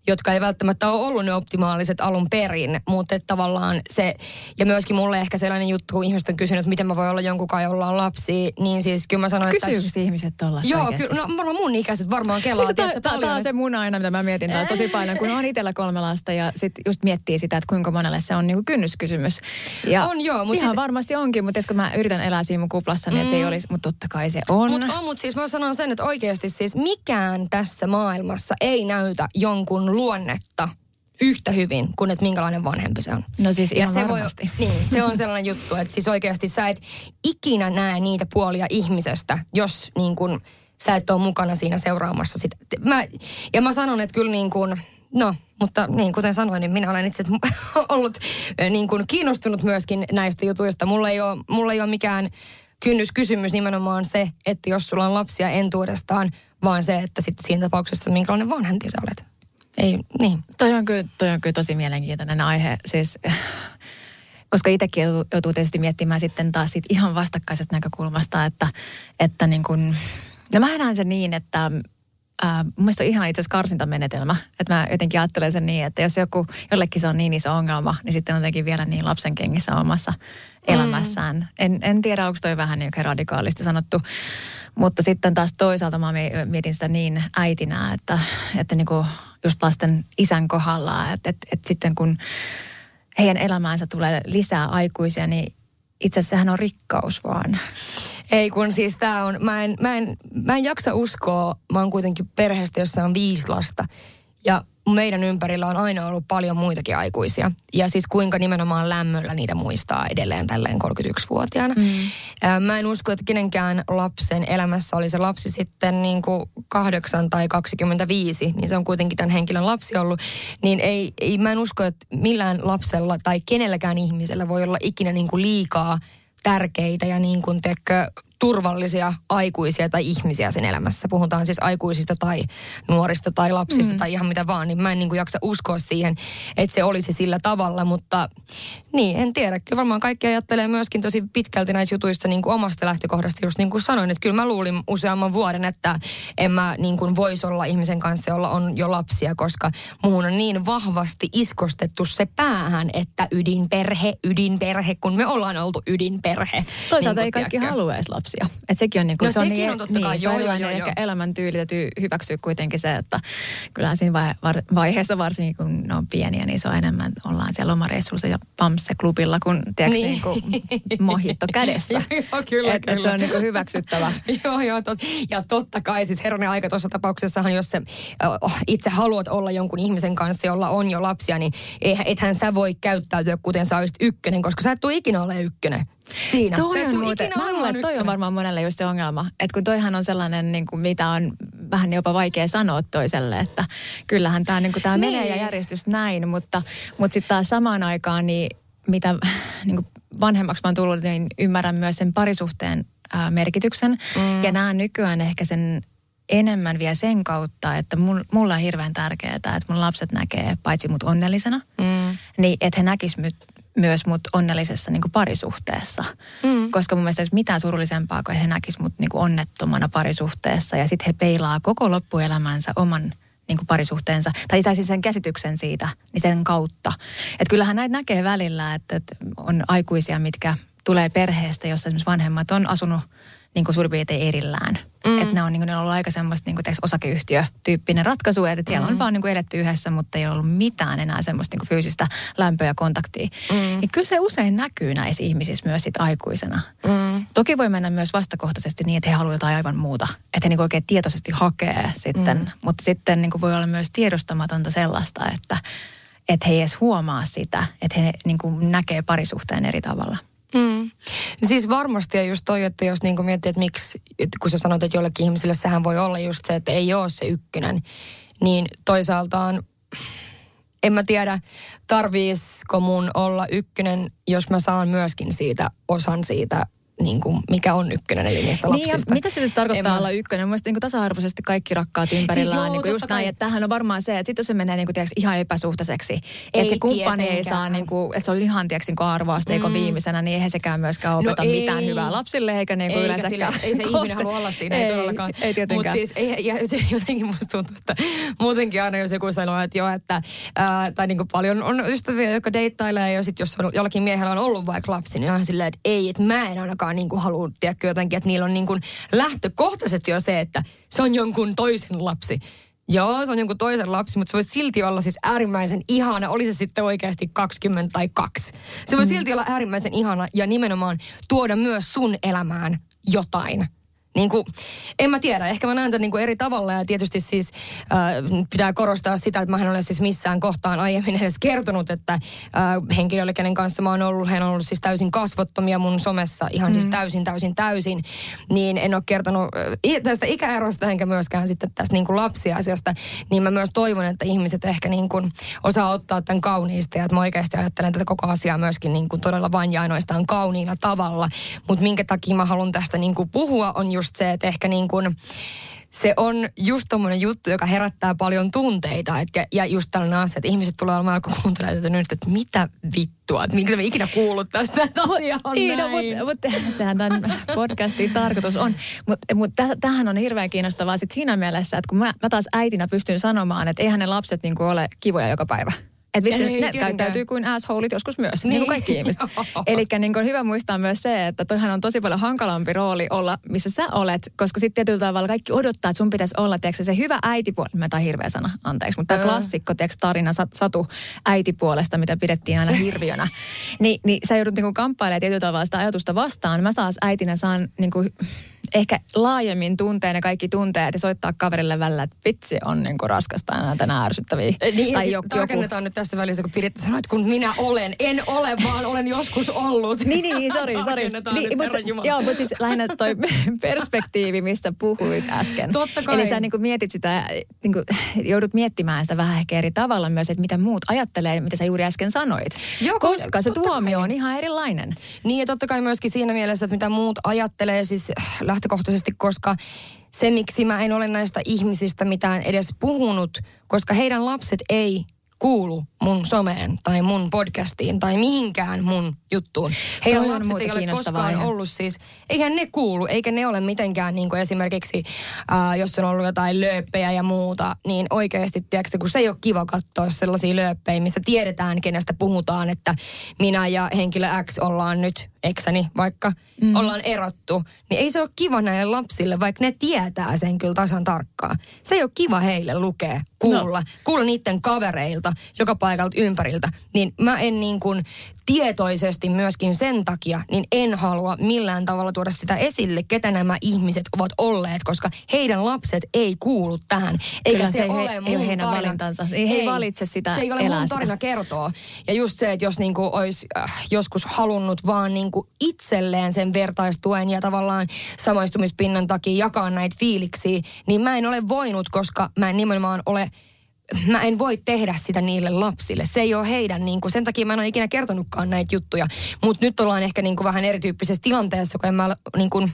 jotka ei välttämättä ole ollut ne optimaaliset alun perin, mutta että tavallaan se, ja myöskin mulle ehkä sellainen juttu, kun ihmiset on kysynyt, että miten mä voi olla jonkun kai, jolla on lapsia, niin siis kyllä mä sanoin, että... Kysyykö tässä... ihmiset tollaista Joo, oikeasti? kyllä, no varmaan mun ikäiset varmaan kelaa. Tämä on se mun aina, mitä mä mietin taas tosi paljon, kun on itsellä kolme lasta ja sitten just miettii sitä, että kuinka monelle se on niinku kynnyskysymys. Ja on joo, mutta ihan siis... varmasti onkin, mutta kun mä yritän elää siinä mun kuplassa, niin että se ei olisi, mutta totta kai se on. Mutta on, mutta siis mä sanon sen, että oikeasti siis mikään tässä maailmassa ei näytä jonkun luonnetta yhtä hyvin kuin että minkälainen vanhempi se on. No siis ihan ja se varmasti. Voi, niin, se on sellainen juttu, että siis oikeasti sä et ikinä näe niitä puolia ihmisestä, jos niin kun sä et ole mukana siinä seuraamassa sitä. Mä, ja mä sanon, että kyllä niin kuin, no, mutta niin kuten sanoin, niin minä olen itse ollut niin kuin kiinnostunut myöskin näistä jutuista. Mulla ei ole, mulla ei ole mikään kynnyskysymys nimenomaan se, että jos sulla on lapsia entuudestaan, vaan se, että sitten siinä tapauksessa minkälainen vanhempi sä olet. Ei, niin. Toi on kyllä, toi on kyllä tosi mielenkiintoinen aihe, siis... Koska itsekin joutuu tietysti miettimään sitten taas siitä ihan vastakkaisesta näkökulmasta, että, että niin kuin, no mä näen sen niin, että ää, mun mielestä on ihan itse asiassa karsintamenetelmä. Että mä jotenkin ajattelen sen niin, että jos joku, jollekin se on niin iso ongelma, niin sitten on jotenkin vielä niin lapsen kengissä omassa elämässään. Mm. En, en tiedä, onko toi vähän niin radikaalisti sanottu, mutta sitten taas toisaalta mä mietin sitä niin äitinä, että, että niin kuin just lasten isän kohdalla, että, että, että sitten kun heidän elämäänsä tulee lisää aikuisia, niin itse asiassa sehän on rikkaus vaan. Ei kun siis tää on, mä en, mä en, mä en jaksa uskoa, mä oon kuitenkin perheestä, jossa on viisi lasta. Ja meidän ympärillä on aina ollut paljon muitakin aikuisia. Ja siis kuinka nimenomaan lämmöllä niitä muistaa edelleen tälleen kolmekymmentäyksivuotiaana. Mm. Mä en usko, että kenenkään lapsen elämässä oli se lapsi sitten niin kuin kahdeksan tai kaksikymmentäviisi, niin se on kuitenkin tämän henkilön lapsi ollut. Niin ei, ei mä en usko, että millään lapsella tai kenelläkään ihmisellä voi olla ikinä niin kuin liikaa tärkeitä ja niin kuin teekö turvallisia aikuisia tai ihmisiä sen elämässä. Puhutaan siis aikuisista tai nuorista tai lapsista mm. tai ihan mitä vaan, niin mä en niin kuin jaksa uskoa siihen, että se olisi sillä tavalla, mutta niin, en tiedä. Kyllä varmaan kaikki ajattelee myöskin tosi pitkälti näistä jutuista niin kuin omasta lähtökohdasta, just niin kuin sanoin, että kyllä mä luulin useamman vuoden, että en mä niin kuin voisi olla ihmisen kanssa, jolla on jo lapsia, koska muhun on niin vahvasti iskostettu se päähän, että ydinperhe, ydinperhe, kun me ollaan oltu ydinperhe. Toisaalta niin ei kaikki tiedätkö? halua edes lapsia. Että sekin on niin kuin, no se on sekin niin, on totta kai, niin, joo, se on joo, joo, joo, ehkä joo. elämäntyyli täytyy hyväksyä kuitenkin se, että kyllähän siinä vaiheessa varsinkin kun ne on pieniä, niin se on enemmän, ollaan siellä lomareissulla ja Pamse-klubilla, kun tiedätkö niin. niin kuin mohitto kädessä. joo, kyllä, et, kyllä. Et se on niin kuin hyväksyttävä. joo, joo, tot, ja totta kai siis herranen aika tuossa tapauksessahan, jos se oh, itse haluat olla jonkun ihmisen kanssa, jolla on jo lapsia, niin ethän sä voi käyttäytyä kuten sä olisit ykkönen, koska sä et tule ikinä ole ykkönen. Siinä. Toi on muuten, mä luulen, että toi on varmaan monelle just se ongelma. Että kun toihan on sellainen, niin kuin, mitä on vähän jopa vaikea sanoa toiselle, että kyllähän tämä niin niin. menee ja järjestys näin, mutta, mutta sitten taas samaan aikaan, niin mitä niin kuin vanhemmaksi mä oon tullut, niin ymmärrän myös sen parisuhteen ää, merkityksen. Mm. Ja näen nykyään ehkä sen enemmän vielä sen kautta, että mun, mulla on hirveän tärkeää, että mun lapset näkee paitsi mut onnellisena, mm. niin että he näkisivät myös mut onnellisessa niin kuin parisuhteessa. Mm. Koska mun mielestä ei olisi mitään surullisempaa, kun he näkisivät mut niin kuin onnettomana parisuhteessa. Ja sitten he peilaa koko loppuelämänsä oman niin kuin parisuhteensa, tai, tai siis sen käsityksen siitä, niin sen kautta. Että kyllähän näitä näkee välillä, että, että on aikuisia, mitkä tulee perheestä, jossa esimerkiksi vanhemmat on asunut niin kuin suurin piirtein erillään. Mm. Että ne on, niin kuin, ne on ollut aika semmoista niin kuin, teks, osakeyhtiötyyppinen ratkaisu, että siellä mm. on vaan niin kuin, eletty yhdessä, mutta ei ollut mitään enää semmoista niin kuin, fyysistä lämpöä ja kontaktia. Mm. Niin kyllä se usein näkyy näissä ihmisissä myös sit aikuisena. Mm. Toki voi mennä myös vastakohtaisesti niin, että he haluavat jotain aivan muuta. Että he niin kuin, oikein tietoisesti hakee sitten. Mm. Mutta sitten niin kuin, voi olla myös tiedostamatonta sellaista, että, että he ei edes huomaa sitä, että he niin kuin, näkee parisuhteen eri tavalla. Mm. Siis varmasti ja just toi, että jos niinku miettii, että miksi, kun sä sanot, että jollekin ihmiselle sehän voi olla just se, että ei ole se ykkönen, niin toisaaltaan en mä tiedä, tarviisiko mun olla ykkönen, jos mä saan myöskin siitä osan siitä niin kuin, mikä on ykkönen, eli niistä niin lapsista. Mitä se tarkoittaa mä... olla ykkönen? Mielestäni niin tasa-arvoisesti kaikki rakkaat ympärillään. Siis joo, niin just näin, että tämähän on varmaan se, että sitten jos se menee niin kuin, tiiäks, ihan epäsuhtaiseksi, että se kumppani ei saa, niin kuin, että se on ihan tiiäks, niin arvoasteikon mm. viimeisenä, niin eihän sekään myöskään opeta no mitään ei. hyvää lapsille, eikä niin kuin yleensäkään. Sille, ei se ihminen halua olla siinä, ei, ei todellakaan. Ei tietenkään. Mutta siis ei, ja se jotenkin musta tuntuu, että muutenkin aina jos joku sanoo, että joo, että ää, tai niin kuin paljon on ystäviä, jotka deittailee, ja sitten jos on, jollakin miehellä on ollut vaikka lapsi, niin on silleen, että ei, että mä en ainakaan niin kuin halua, tiedäkö jotenkin, että niillä on niin kuin lähtökohtaisesti jo se, että se on jonkun toisen lapsi. Joo, se on jonkun toisen lapsi, mutta se voi silti olla siis äärimmäisen ihana, oli se sitten oikeasti kaksikymmentä tai kaksi. Se voi mm. silti olla äärimmäisen ihana ja nimenomaan tuoda myös sun elämään jotain. Niin kuin, en mä tiedä, ehkä mä näen tämän niin kuin eri tavalla ja tietysti siis äh, pitää korostaa sitä, että mä en ole siis missään kohtaan aiemmin edes kertonut, että äh, henkilölle, kenen kanssa mä oon ollut, he on ollut siis täysin kasvottomia mun somessa, ihan mm. siis täysin, täysin, täysin, niin en ole kertonut äh, tästä ikäerosta enkä myöskään sitten tästä niin kuin lapsiasiasta, niin mä myös toivon, että ihmiset ehkä niin kuin osaa ottaa tämän kauniisti ja että mä oikeasti ajattelen tätä koko asiaa myöskin niin kuin todella vain ja ainoastaan kauniilla tavalla, mutta minkä takia mä haluan tästä niin kuin puhua on just se, että ehkä niin kuin se on just tommoinen juttu, joka herättää paljon tunteita. Et, ja just tällainen asia, että ihmiset tulee olemaan alkoi kuuntelemaan tätä nyt, että mitä vittua, että minkä me ikinä kuullut tästä, että asia on Iida, näin. Mutta mut, sehän tämän podcastin tarkoitus on. Mutta mut tämähän on hirveän kiinnostavaa sit siinä mielessä, että kun mä, mä taas äitinä pystyn sanomaan, että eihän ne lapset niinku ole kivoja joka päivä. Että vitsi, ei, ne käyttäytyy kuin assholet joskus myös, niin, niin kuin kaikki ihmiset. Eli niin kuin hyvä muistaa myös se, että toihan on tosi paljon hankalampi rooli olla, missä sä olet, koska sitten tietyllä tavalla kaikki odottaa, että sun pitäisi olla, tiedätkö, se hyvä äitipuoli, mä tämä hirveä sana, anteeksi, mutta tämä klassikko, tiedätkö, tarina Satu äitipuolesta, mitä pidettiin aina hirviönä, niin, niin sä joudut niin kuin kamppailemaan tietyllä tavalla sitä ajatusta vastaan. Mä taas äitinä saan niin kuin ehkä laajemmin tunteen ja kaikki tunteet ja soittaa kaverille välillä, että vitsi on niin kuin raskasta ja tänään ärsyttäviä. Niin, tai siis joku, tarkennetaan nyt tässä välissä, kun Piritta sanoi, että kun minä olen. En ole, vaan olen joskus ollut. niin, niin, niin, sori, sori. Niin, mutta joo, mutta siis lähinnä toi perspektiivi, mistä puhuit äsken. Totta kai. Eli sä niin kuin mietit sitä, niin kuin, joudut miettimään sitä vähän ehkä eri tavalla myös, että mitä muut ajattelee, mitä sä juuri äsken sanoit. Joo, koska se tuomio kai on ihan erilainen. Niin ja totta kai myöskin siinä mielessä, että mitä muut ajattelee siis lähtökohtaisesti, koska se, miksi mä en ole näistä ihmisistä mitään edes puhunut, koska heidän lapset ei kuulu mun someen tai mun podcastiin tai mihinkään mun juttuun. Heidän Toi lapset ei ole koskaan ja ollut siis, eihän ne kuulu, eikä ne ole mitenkään niin kuin esimerkiksi, äh, jos on ollut jotain lööppejä ja muuta, niin oikeasti, tiedätkö, kun se ei ole kiva katsoa sellaisia lööppejä, missä tiedetään, kenestä puhutaan, että minä ja henkilö X ollaan nyt, eksäni vaikka, mm. ollaan erottu, niin ei se ole kiva näille lapsille, vaikka ne tietää sen kyllä tasan tarkkaan. Se ei ole kiva heille lukea, kuulla, no. kuulla niiden kavereilta, joka paikalta ympäriltä, niin mä en niin kuin tietoisesti myöskin sen takia, niin en halua millään tavalla tuoda sitä esille, ketä nämä ihmiset ovat olleet, koska heidän lapset ei kuulu tähän. Eikä Kyllä se, se ei ole he, mun ei ole heidän tarina. valintansa. Ei, he ei valitse sitä, se ei ole mun tarina sitä kertoa. Ja just se, että jos niinku olisi äh, joskus halunnut vaan niinku itselleen sen vertaistuen ja tavallaan samaistumispinnan takia jakaa näitä fiiliksiä, niin mä en ole voinut, koska mä en nimenomaan ole mä en voi tehdä sitä niille lapsille. Se ei ole heidän, niin kuin, sen takia mä en ole ikinä kertonutkaan näitä juttuja. Mutta nyt ollaan ehkä niin kuin vähän erityyppisessä tilanteessa, kun en mä niin kuin,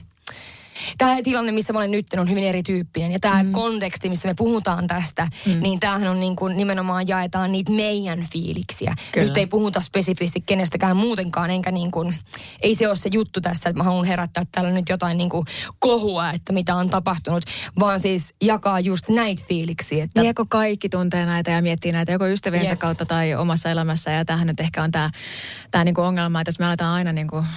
tämä tilanne, missä mä olen nyt, on hyvin erityyppinen. Ja tämä mm. konteksti, missä me puhutaan tästä, mm. niin tämähän on niin kuin nimenomaan jaetaan niitä meidän fiiliksiä. Kyllä. Nyt ei puhuta spesifisti kenestäkään muutenkaan, enkä niin kuin, ei se ole se juttu tässä, että mä haluan herättää täällä nyt jotain niin kuin kohua, että mitä on tapahtunut, vaan siis jakaa just näitä fiiliksiä. Että niin, kun kaikki tuntee näitä ja miettii näitä joko ystäviensä Jep. kautta tai omassa elämässä, ja tämähän nyt ehkä on tämä, tämä niin kuin ongelma, että jos me aletaan aina niin kuin,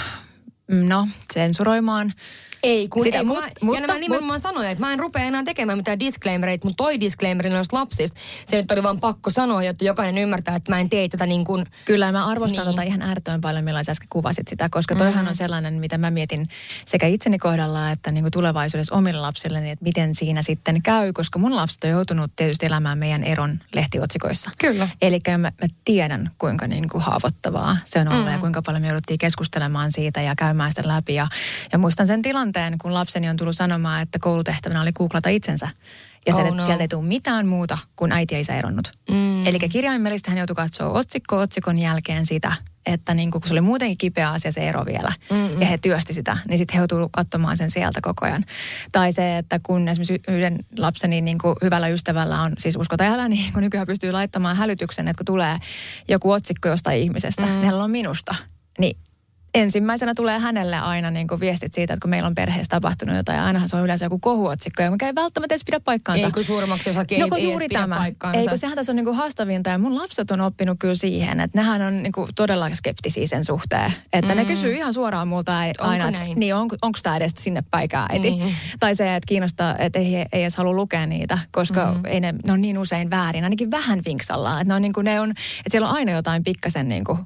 no, sensuroimaan, Ei, kun Sitä, ei, mut, mä, mutta, ja mä nimenomaan mut, sanoin, että mä en rupea enää tekemään mitään disclaimereita, mutta toi disclaimer noista lapsista, se nyt oli vaan pakko sanoa, jotta jokainen ymmärtää, että mä en tee tätä niin kuin. Kyllä, mä arvostan niin. tota ihan äärettömän paljon, millaisen äsken kuvasit sitä, koska toihan mm-hmm. on sellainen, mitä mä mietin sekä itseni kohdalla, että niin kuin tulevaisuudessa omille lapsilleni, että miten siinä sitten käy, koska mun lapset on joutunut tietysti elämään meidän eron lehtiotsikoissa. Kyllä. Eli mä, mä tiedän, kuinka niin kuin haavoittavaa se on ollut mm-hmm. ja kuinka paljon me jouduttiin keskustelemaan siitä ja käymään sitä läpi. Ja, ja muistan sen tilanteen, kun lapseni on tullut sanomaan, että koulutehtävänä oli googlata itsensä. Ja oh, no. sieltä ei tule mitään muuta kuin äiti ja isä eronnut. Mm. Eli kirjaimellisesti hän joutui katsoa otsikko otsikon jälkeen sitä, että niin kun se oli muutenkin kipeä asia se ero vielä, Mm-mm. ja he työsti sitä, niin sitten he joutuu katsomaan sen sieltä koko ajan. Tai se, että kun esimerkiksi yhden lapseni niin kuin hyvällä ystävällä on, siis uskotajalla, niin kun nykyään pystyy laittamaan hälytyksen, että kun tulee joku otsikko jostain ihmisestä, mm. niin hänellä on minusta, niin ensimmäisenä tulee hänelle aina niin kuin viestit siitä, että kun meillä on perheessä tapahtunut jotain, ja ainahan se on yleensä joku kohuotsikko, mikä ei välttämättä edes pidä paikkaansa. Ei kun suurimmaksi osakin no, ei, ei juuri edes pidä paikkaansa. Ei kun sehän tässä on niin kuin haastavinta, ja mun lapset on oppinut kyllä siihen, että nehän on niin kuin todella skeptisiä sen suhteen. Että mm. ne kysyy ihan suoraan multa aina, että niin, on, onko tämä edes sinne päikään äiti? Mm. Tai se, että kiinnostaa, että ei, ei edes halua lukea niitä, koska mm. ei ne, ne on niin usein väärin, ainakin vähän vinksallaan. Että ne on niin kuin, ne on, että siellä on aina jotain pikkasen niin kuin,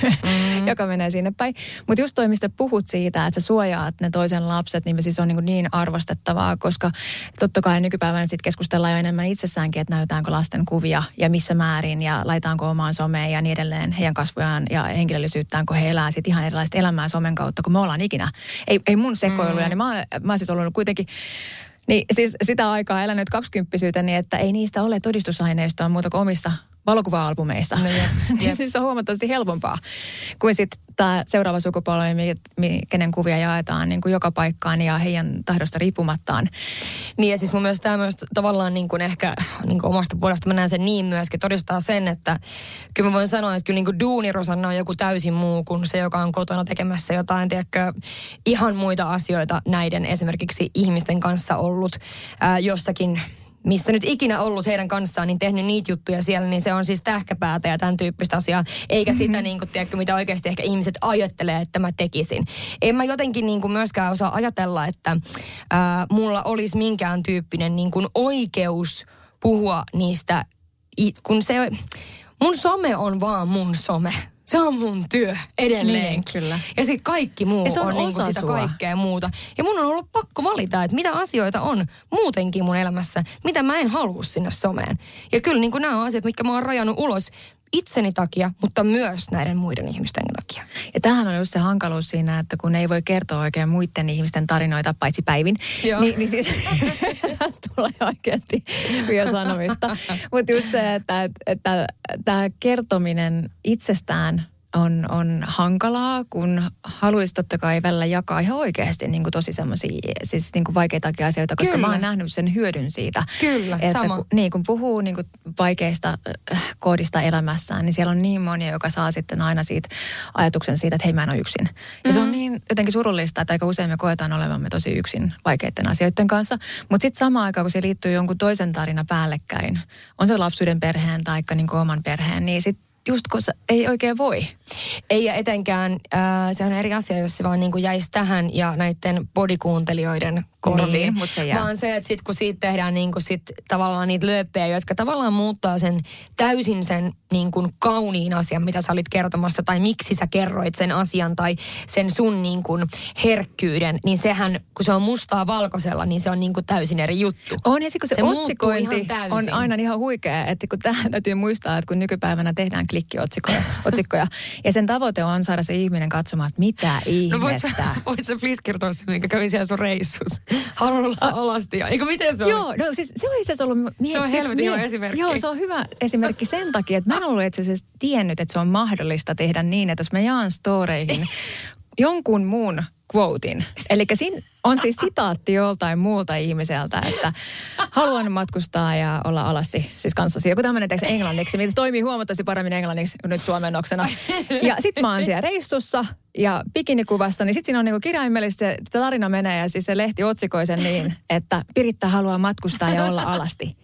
mm. joka menee sinne päin. Mutta just toi, mistä puhut siitä, että sä suojaat ne toisen lapset, niin siis on niin, niin arvostettavaa, koska totta kai nykypäivänä sitten keskustellaan jo enemmän itsessäänkin, että näytäänkö lasten kuvia ja missä määrin ja laitaanko omaan someen ja niin edelleen heidän kasvojaan ja henkilöllisyyttään, kun he elää sitten ihan erilaista elämää somen kautta, kun me ollaan ikinä. Ei, ei mun sekoiluja, mm. niin mä, mä oon siis ollut kuitenkin niin siis sitä aikaa elänyt kaksikymppisyyteni, niin että ei niistä ole todistusaineistoa muuta kuin omissa valokuva-albumeissa. No, jep, jep. Siis se on huomattavasti helpompaa kuin sitten tämä seuraava sukupolvi, kenen kuvia jaetaan niin kuin joka paikkaan ja heidän tahdosta riippumattaan. Niin ja siis mun mielestä tämä myös tavallaan niin kuin ehkä niin kuin omasta puolesta mä näen sen niin myöskin todistaa sen, että kyllä mä voin sanoa, että kyllä niin kuin duunirosanna on joku täysin muu kuin se, joka on kotona tekemässä jotain, tiedätkö, ihan muita asioita näiden esimerkiksi ihmisten kanssa ollut ää, jossakin missä nyt ikinä ollut heidän kanssaan, niin tehnyt niitä juttuja siellä, niin se on siis tähkäpäätä ja tämän tyyppistä asiaa, eikä sitä niin kuin, tiedätkö, mitä oikeasti ehkä ihmiset ajattelee, että mä tekisin. En mä jotenkin niin kuin myöskään osaa ajatella, että ää, mulla olisi minkään tyyppinen niin kuin oikeus puhua niistä, kun se, mun some on vaan mun some. Se on mun työ edelleen. Niin, kyllä. Ja sitten kaikki muu on, on niinku sitä sua. Kaikkea muuta. Ja mun on ollut pakko valita, että mitä asioita on muutenkin mun elämässä, mitä mä en halua sinne someen. Ja kyllä niin nämä on asiat, mitkä mä oon rajannut ulos itseni takia, mutta myös näiden muiden ihmisten takia. Ja tämähän on just se hankaluus siinä, että kun ei voi kertoa oikein muiden ihmisten tarinoita, paitsi Päivin, niin, niin siis tästä tulee oikeasti vielä sanomista. Mutta just se, että, että, että tämä kertominen itsestään on, on hankalaa, kun haluaisi totta kai välillä jakaa ihan oikeasti niin kuin tosi semmoisia siis niin kuin vaikeitakin asioita, koska Kyllä. mä oon nähnyt sen hyödyn siitä. Kyllä, että sama. Kun, niin, kun puhuu niin kuin vaikeista äh, koodista elämässään, niin siellä on niin monia, joka saa sitten aina siitä ajatuksen siitä, että hei, mä en ole yksin. Ja mm-hmm. se on niin jotenkin surullista, että aika usein me koetaan olevamme tosi yksin vaikeiden asioiden kanssa. Mutta sitten samaan aikaan, kun se liittyy jonkun toisen tarina päällekkäin, on se lapsuuden perheen tai niin kuin oman perheen, niin sitten just kun se ei oikein voi. Ei ja etenkään, äh, se on eri asia, jos se vaan niin kuin jäisi tähän ja näiden podikuuntelijoiden korviin. Niin, mutta se jää. Vaan se, että sit kun siitä tehdään niin kuin sit tavallaan niitä lööppejä, jotka tavallaan muuttaa sen täysin sen niin kuin kauniin asian, mitä sä olit kertomassa, tai miksi sä kerroit sen asian, tai sen sun niin kuin herkkyyden, niin sehän, kun se on mustaa valkoisella, niin se on niin kuin täysin eri juttu. On, ja kun se, se otsikointi on aina ihan huikea, että kun tähän täytyy muistaa, että kun nykypäivänä tehdään klikkiotsikoja, otsikkoja, ja sen tavoite on saada se ihminen katsomaan, että mitä ihmettä. No voit sä, voit sä please kertoa sitä, minkä kävi siellä sun reissussa? Haluan olla alasti. Eikö miten se on? Joo, no siis se on itse asiassa ollut... Mie, se on helvetin hyvä esimerkki. Joo, se on hyvä esimerkki sen takia, että mä en ollut itse asiassa tiennyt, että se on mahdollista tehdä niin, että jos mä jaan storeihin jonkun muun quotein. Eli siinä on siis sitaatti joltain muulta ihmiseltä, että haluan matkustaa ja olla alasti siis kanssasi. Joku tämmöinen teksä englanniksi, mitä toimii huomattavasti paremmin englanniksi kuin nyt suomennoksena. Ja sit mä oon siellä reissussa ja bikinikuvassa, niin sit siinä on niinku kirjaimellisesti se, se tarina menee ja siis se lehti otsikoi sen niin, että Piritta haluaa matkustaa ja olla alasti.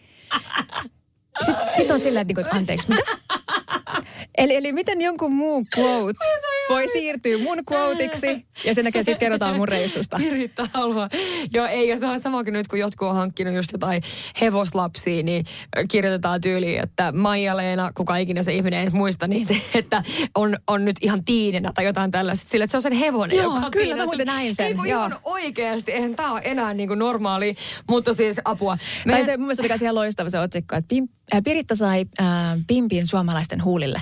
Sitten sit oot silleen, että anteeksi, mitä? Eli, eli miten jonkun muu quote voi siirtyä mun quoteiksi ja sen jälkeen sitten kerrotaan mun reissusta. Piritta haluaa. Joo, ei, ja se on samakin nyt, kun jotkut on hankkinut just jotain hevoslapsia, niin kirjoitetaan tyyliin, että Maija-Leena, kuka ikinä se ihminen ei muista niitä, että on, on nyt ihan tiinenä tai jotain tällaista. Sillä, että se on sen hevonen, Joo, joka on kyllä tiinenä. mä muuten näin sen. Ei kun ihan oikeasti, eihän tää ole enää niin kuin normaali, mutta siis apua. Me... Tai se mun mielestä oli ihan loistava se otsikko, että Pim, äh, Piritta sai äh, Pimpin suomalaisten huulille.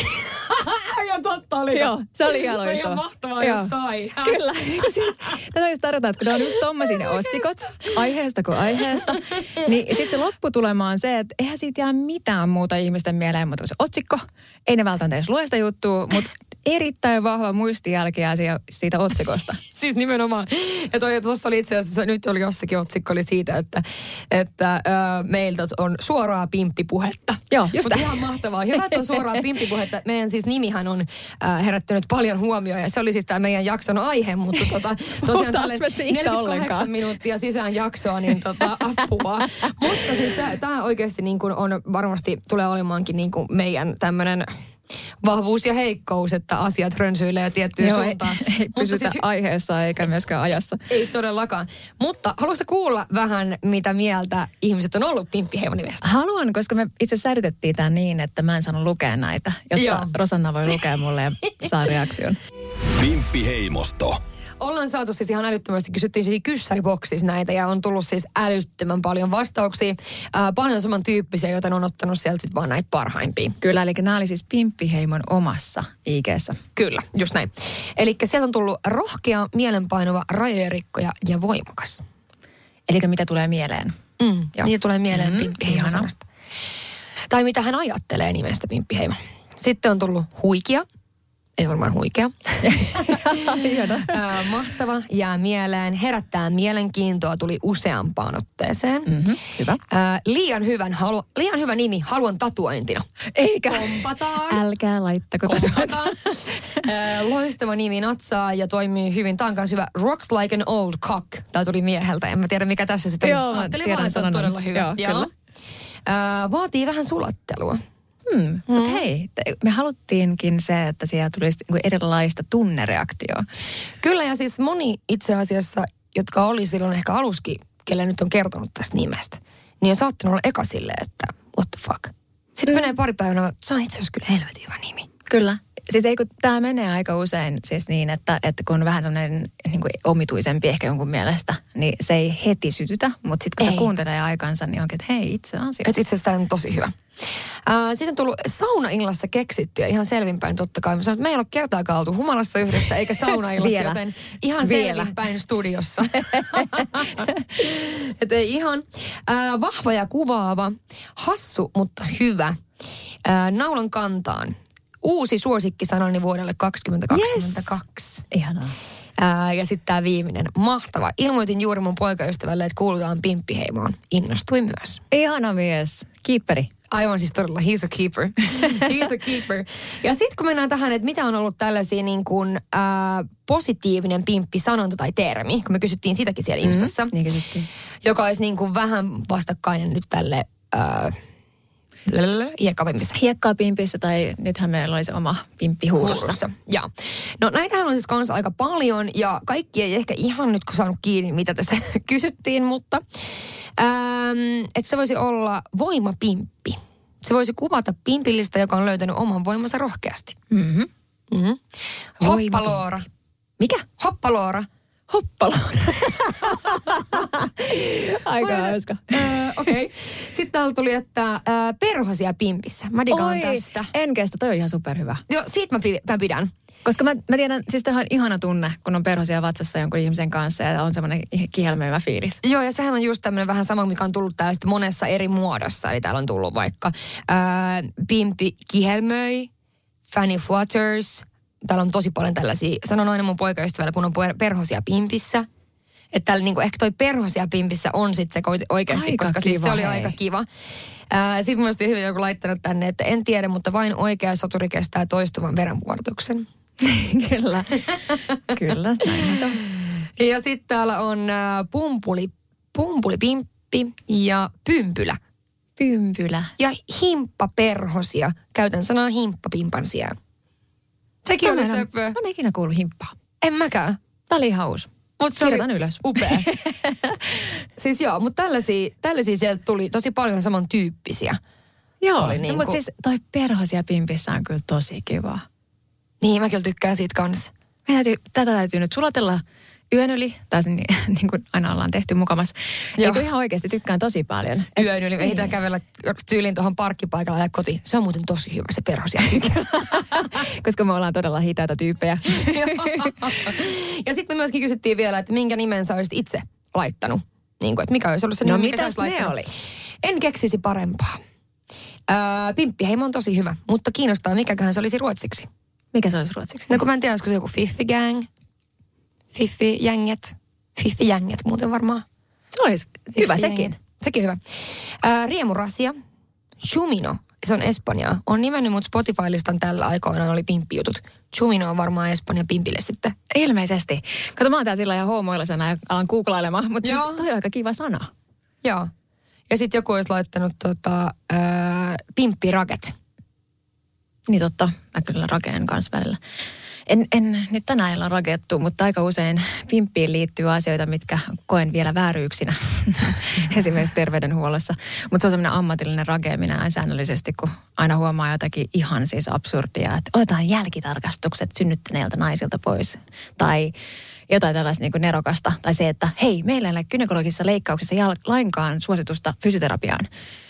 Ja totta oli. Joo, se oli ihan loistava. Se on ihan mahtavaa, jos sai. Kyllä. Siis, tätä just tarkoittaa, että kun ne on just tommosia ne otsikot, aiheesta kuin aiheesta, niin sitten se lopputulema on se, että eihän siitä jää mitään muuta ihmisten mieleen, mutta se otsikko, ei ne välttämättä edes lue sitä juttua, mutta erittäin vahva muistijälkeä siitä, siitä otsikosta. Siis nimenomaan. Ja tuossa oli itse asiassa, nyt oli jossakin otsikko oli siitä, että, että äh, meiltä on suoraa pimppipuhetta. Joo, just Mutta ihan mahtavaa. Hyvä, että on suoraa pimppipuhetta. Meidän siis nimihän on äh, herättänyt paljon huomioon ja se oli siis tämä meidän jakson aihe, mutta tota, tosiaan tälle neljäkymmentäkahdeksan minuuttia sisään jaksoa, niin tota, apua. Mutta siis tämä oikeasti niin kuin on varmasti tulee olemaankin niin kuin meidän tämmöinen vahvuus ja heikkous, että asiat rönsyilee tiettyyn Joo, suuntaan. Ei, ei pysytä siis, aiheessa eikä myöskään ajassa. Ei todellakaan. Mutta haluaisitko kuulla vähän, mitä mieltä ihmiset on ollut Pimppiheimo-nimestä? Haluan, koska me itse säilytettiin tämän niin, että mä en saanut lukea näitä, jotta Joo. Rosanna voi lukea mulle ja saa reaktion. Pimppiheimosto. Ollaan saatu siis ihan älyttömästi, kysyttiin siis kyssäriboksissa näitä ja on tullut siis älyttömän paljon vastauksia. Ää, paljon samantyyppisiä, joten on ottanut sieltä sitten vaan näitä parhaimpia. Kyllä, eli nämä oli siis Pimppiheimon omassa I G:ssä. Kyllä, just näin. Eli sieltä on tullut rohkea, mielenpainuva, rajoja rikkoja ja voimakas. Eli mitä tulee mieleen? Mm, niin tulee mieleen mm-hmm. Pimppiheimo sanasta. Tai mitä hän ajattelee nimestä Pimppiheimo. Sitten on tullut huikia. Ei varmaan huikea. äh, mahtava, jää mieleen, herättää mielenkiintoa, tuli useampaan otteeseen. Mm-hmm, hyvä. Äh, liian, hyvän, halu, liian hyvä nimi, haluan tatuointina. Eikä. Kompataan. Älkää laittako Kompataan. äh, loistava nimi, natsaa ja toimii hyvin. Tämä on myös hyvä. Rocks like an old cock. Tämä tuli mieheltä, en mä tiedä mikä tässä sitten. Joo, mä tiedän sanan. Todella hyvä. Joo, Joo. kyllä. Äh, vaatii vähän sulattelua. Hmm, mm. Mutta hei, me haluttiinkin se, että siellä tulisi erilaista tunnereaktioa. Kyllä, ja siis moni itse asiassa, jotka oli silloin ehkä aluskin, kelle nyt on kertonut tästä nimestä, niin on saattanut olla eka silleen, että what the fuck. Sitten mm. menee pari päivänä, se on itse asiassa kyllä helvetin hyvä nimi. Kyllä. Siis ei kun tämä menee aika usein siis niin, että, että kun on vähän tämmöinen niin kuin omituisempi ehkä jonkun mielestä, niin se ei heti sytytä, mutta sitten kun ei. Se kuuntelee aikansa, niin onkin, että hei, itse asiassa. Että itse asiassa tämä on tosi hyvä. Äh, sitten on tullut saunaillassa keksitty ja ihan selvinpäin totta kai. Mä sanon, että me ei ole kertaakaan oltu humalassa yhdessä eikä saunaillassa, joten ihan Vielä. selvinpäin studiossa. Että ei ihan. Äh, vahva ja kuvaava, hassu, mutta hyvä. Äh, naulan kantaan. Uusi suosikkisanani vuodelle kaksituhattakaksikymmentäkaksi. Yes. Ihanaa. Ää, ja sitten tämä viimeinen. Mahtava. Ilmoitin juuri mun poikaystävälle, että kuulutaan Pimppiheimoon. Innostui myös. Ihana mies. Keeperi. Aivan siis todella, he's a keeper. He's a keeper. Ja sitten kun mennään tähän, että mitä on ollut tällaisia niin kuin, ää, positiivinen pimppisanonta tai termi, kun me kysyttiin sitäkin siellä Instassa. Mm-hmm. Niin kysyttiin. Joka olisi niin kuin vähän vastakkainen nyt tälle... Ää, Hiekkapimpissä. Hiekkapimpissä tai nythän meillä oli se oma pimppihuurussa. Joo. No näitähän on siis kanssa aika paljon ja kaikki ei ehkä ihan nyt kun saanut kiinni, mitä tässä kysyttiin, mutta ähm, että se voisi olla voimapimppi. Se voisi kuvata pimpillistä, joka on löytänyt oman voimansa rohkeasti. Mm-hmm. Mm-hmm. Hoppaloora. Mikä? Hoppaloora. Hoppaloora. Aika hauska. Äh, Okei. Okay. Sitten täällä tuli, että äh, perhosia pimpissä. Mä digaan Oi, tästä. en kestä. Toi on ihan superhyvä. Joo, siitä mä, mä pidän. Koska mä, mä tiedän, siis tämä on ihana tunne, kun on perhosia vatsassa jonkun ihmisen kanssa ja on semmoinen kihelmöivä fiilis. Joo, ja sehän on just tämmöinen vähän sama, mikä on tullut täällä monessa eri muodossa. Eli täällä on tullut vaikka ää, pimpi kihelmöi, fanny flutters. Täällä on tosi paljon tällaisia, sanon aina mun poikaystävällä, kun on perhosia pimpissä. Että täällä niinku, ehkä toi perhosia pimpissä on sitten se oikeasti, aika koska kiva, siis se oli hei. Aika kiva. Sitten mun mielestä hyvin joku laittanut tänne, että en tiedä, mutta vain oikea soturi kestää toistuvan verenvuorotuksen. Kyllä, kyllä, näinhän se on. Ja sitten täällä on äh, pumpuli, pumpulipimppi ja pympylä. Pympylä. Ja himppaperhosia. Käytän sanaa himppapimpan sijaan. Sekin on söpö. Mä en ikinä kuullut himppaa. En mäkään. Tää oli ihan uusi. Mut se kirjoitan oli ylös. Upea. Siis joo, mutta tällaisia, tällaisia sieltä tuli tosi paljon samantyyppisiä. Joo, niin no, kuin... mutta siis toi perhosia pimpissä on kyllä tosi kiva. Niin, mä kyllä tykkään siitä kanssa. Täytyy, tätä täytyy nyt sulatella yön yli, tai niin, niin kuin aina ollaan tehty mukamassa. Eikö ihan oikeasti tykkään tosi paljon. Yön yli, ehditään kävellä tyyliin tuohon parkkipaikalla ja kotiin. Se on muuten tosi hyvä se perhosia. Koska me ollaan todella hitaita tyyppejä. Ja sitten me myöskin kysyttiin vielä, että minkä nimen sä olisit itse laittanut. Niin kuin, että mikä olisi ollut se nimi, no, mikä sä olisit ne laittanut? Oli? En keksisi parempaa. Öö, Pimppiheimo on tosi hyvä, mutta kiinnostaa, mikäköhän se olisi ruotsiksi. Mikä se olisi ruotsiksi? No kun mä en tiedä, olisiko se joku Fiffi Gang, Fiffi-jänget, Fiffi-jänget muuten varmaan. Se olisi hyvä sekin. Sekin hyvä. Ää, Riemurasia, Chumino, se on Espanjaa, on nimennyt mut Spotify-listan tällä aikoinaan, oli pimppijutut. Chumino on varmaan Espanja pimpille sitten. Ilmeisesti. Kato, mä oon täällä sillä ihan hoomoillisena ja alan googlailemaan, mutta siis Joo. toi on aika kiva sana. Joo. Ja sitten joku olisi laittanut tota, ää, pimppiraket. Niin totta, mä kyllä rakeen kanssa välillä. En, en nyt tänään ei ole rakettu, mutta aika usein pimppiin liittyy asioita, mitkä koen vielä vääryyksinä. Esimerkiksi terveydenhuollossa. Mutta se on semmoinen ammatillinen rakeaminen säännöllisesti, kun aina huomaa jotakin ihan siis absurdia, että otetaan jälkitarkastukset synnyttäneiltä naisilta pois. Tai jotain tällaista niin kuin nerokasta. Tai se, että hei, meillä ei ole gynekologisissa leikkauksissa jal- lainkaan suositusta fysioterapiaan.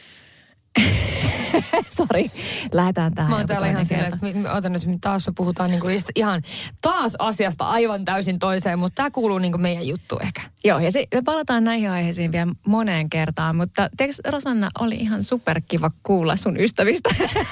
Sori, lähdetään tähän. Mä oon täällä ihan silleen, että me, otan nyt, taas me puhutaan niinku ihan taas asiasta aivan täysin toiseen, mutta tää kuuluu niinku meidän juttu ehkä. Joo, ja se, me palataan näihin aiheisiin vielä moneen kertaan, mutta tiedätkö, Rosanna, oli ihan superkiva kuulla sun ystävistä.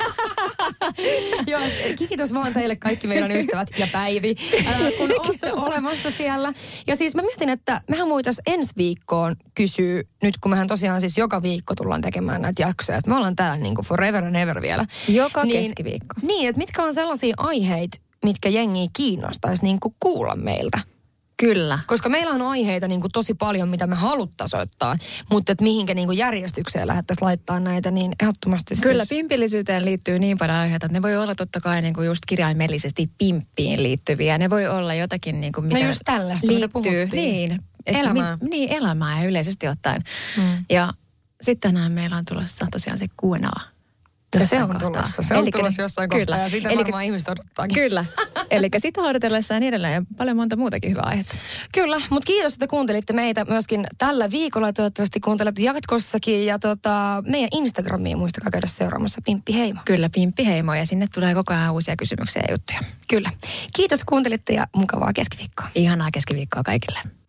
Joo, kiitos vaan teille kaikki meidän ystävät ja Päivi, ää, kun olette olemassa siellä. Ja siis mä mietin, että mehän voitaisiin ensi viikkoon kysyä, nyt kun mehän tosiaan siis joka viikko tullaan tekemään näitä jaksoja, että me ollaan täällä niin kuin forever and ever vielä. Joka niin, keskiviikko. Niin, että mitkä on sellaisia aiheita, mitkä jengiä kiinnostaisi niin kuin kuulla meiltä. Kyllä. Koska meillä on aiheita niin kuin tosi paljon, mitä me haluttaisiin ottaa, mutta että mihinkä niin kuin järjestykseen lähdettäisiin laittaa näitä, niin ehdottomasti Kyllä, siis... pimpillisyyteen liittyy niin paljon aiheita, että ne voi olla totta kai niin kuin just kirjaimellisesti pimppiin liittyviä. Ne voi olla jotakin, niin kuin, mikä no just tällaista, liittyy. Niin, elämää. Mi, niin, elämää ja yleisesti ottaen. Hmm. Ja sitten tänään meillä on tulossa tosiaan se Q and A. Se on kohtaa. tulossa. Se on Elikkä, tulossa jossain kyllä. kohtaa ja sitä Elikkä, varmaan ihmiset odottaakin. Kyllä. Eli sitä odotellessa ja niin edelleen ja paljon monta muutakin hyvää aihetta. Kyllä, mutta kiitos, että kuuntelitte meitä myöskin tällä viikolla. Toivottavasti kuuntelette jatkossakin ja tota, meidän Instagramiin muistakaa käydä seuraamassa Pimppi Heimo. Kyllä, Pimppi Heimo ja sinne tulee koko ajan uusia kysymyksiä ja juttuja. Kyllä. Kiitos kuuntelitte ja mukavaa keskiviikkoa. Ihanaa keskiviikkoa kaikille.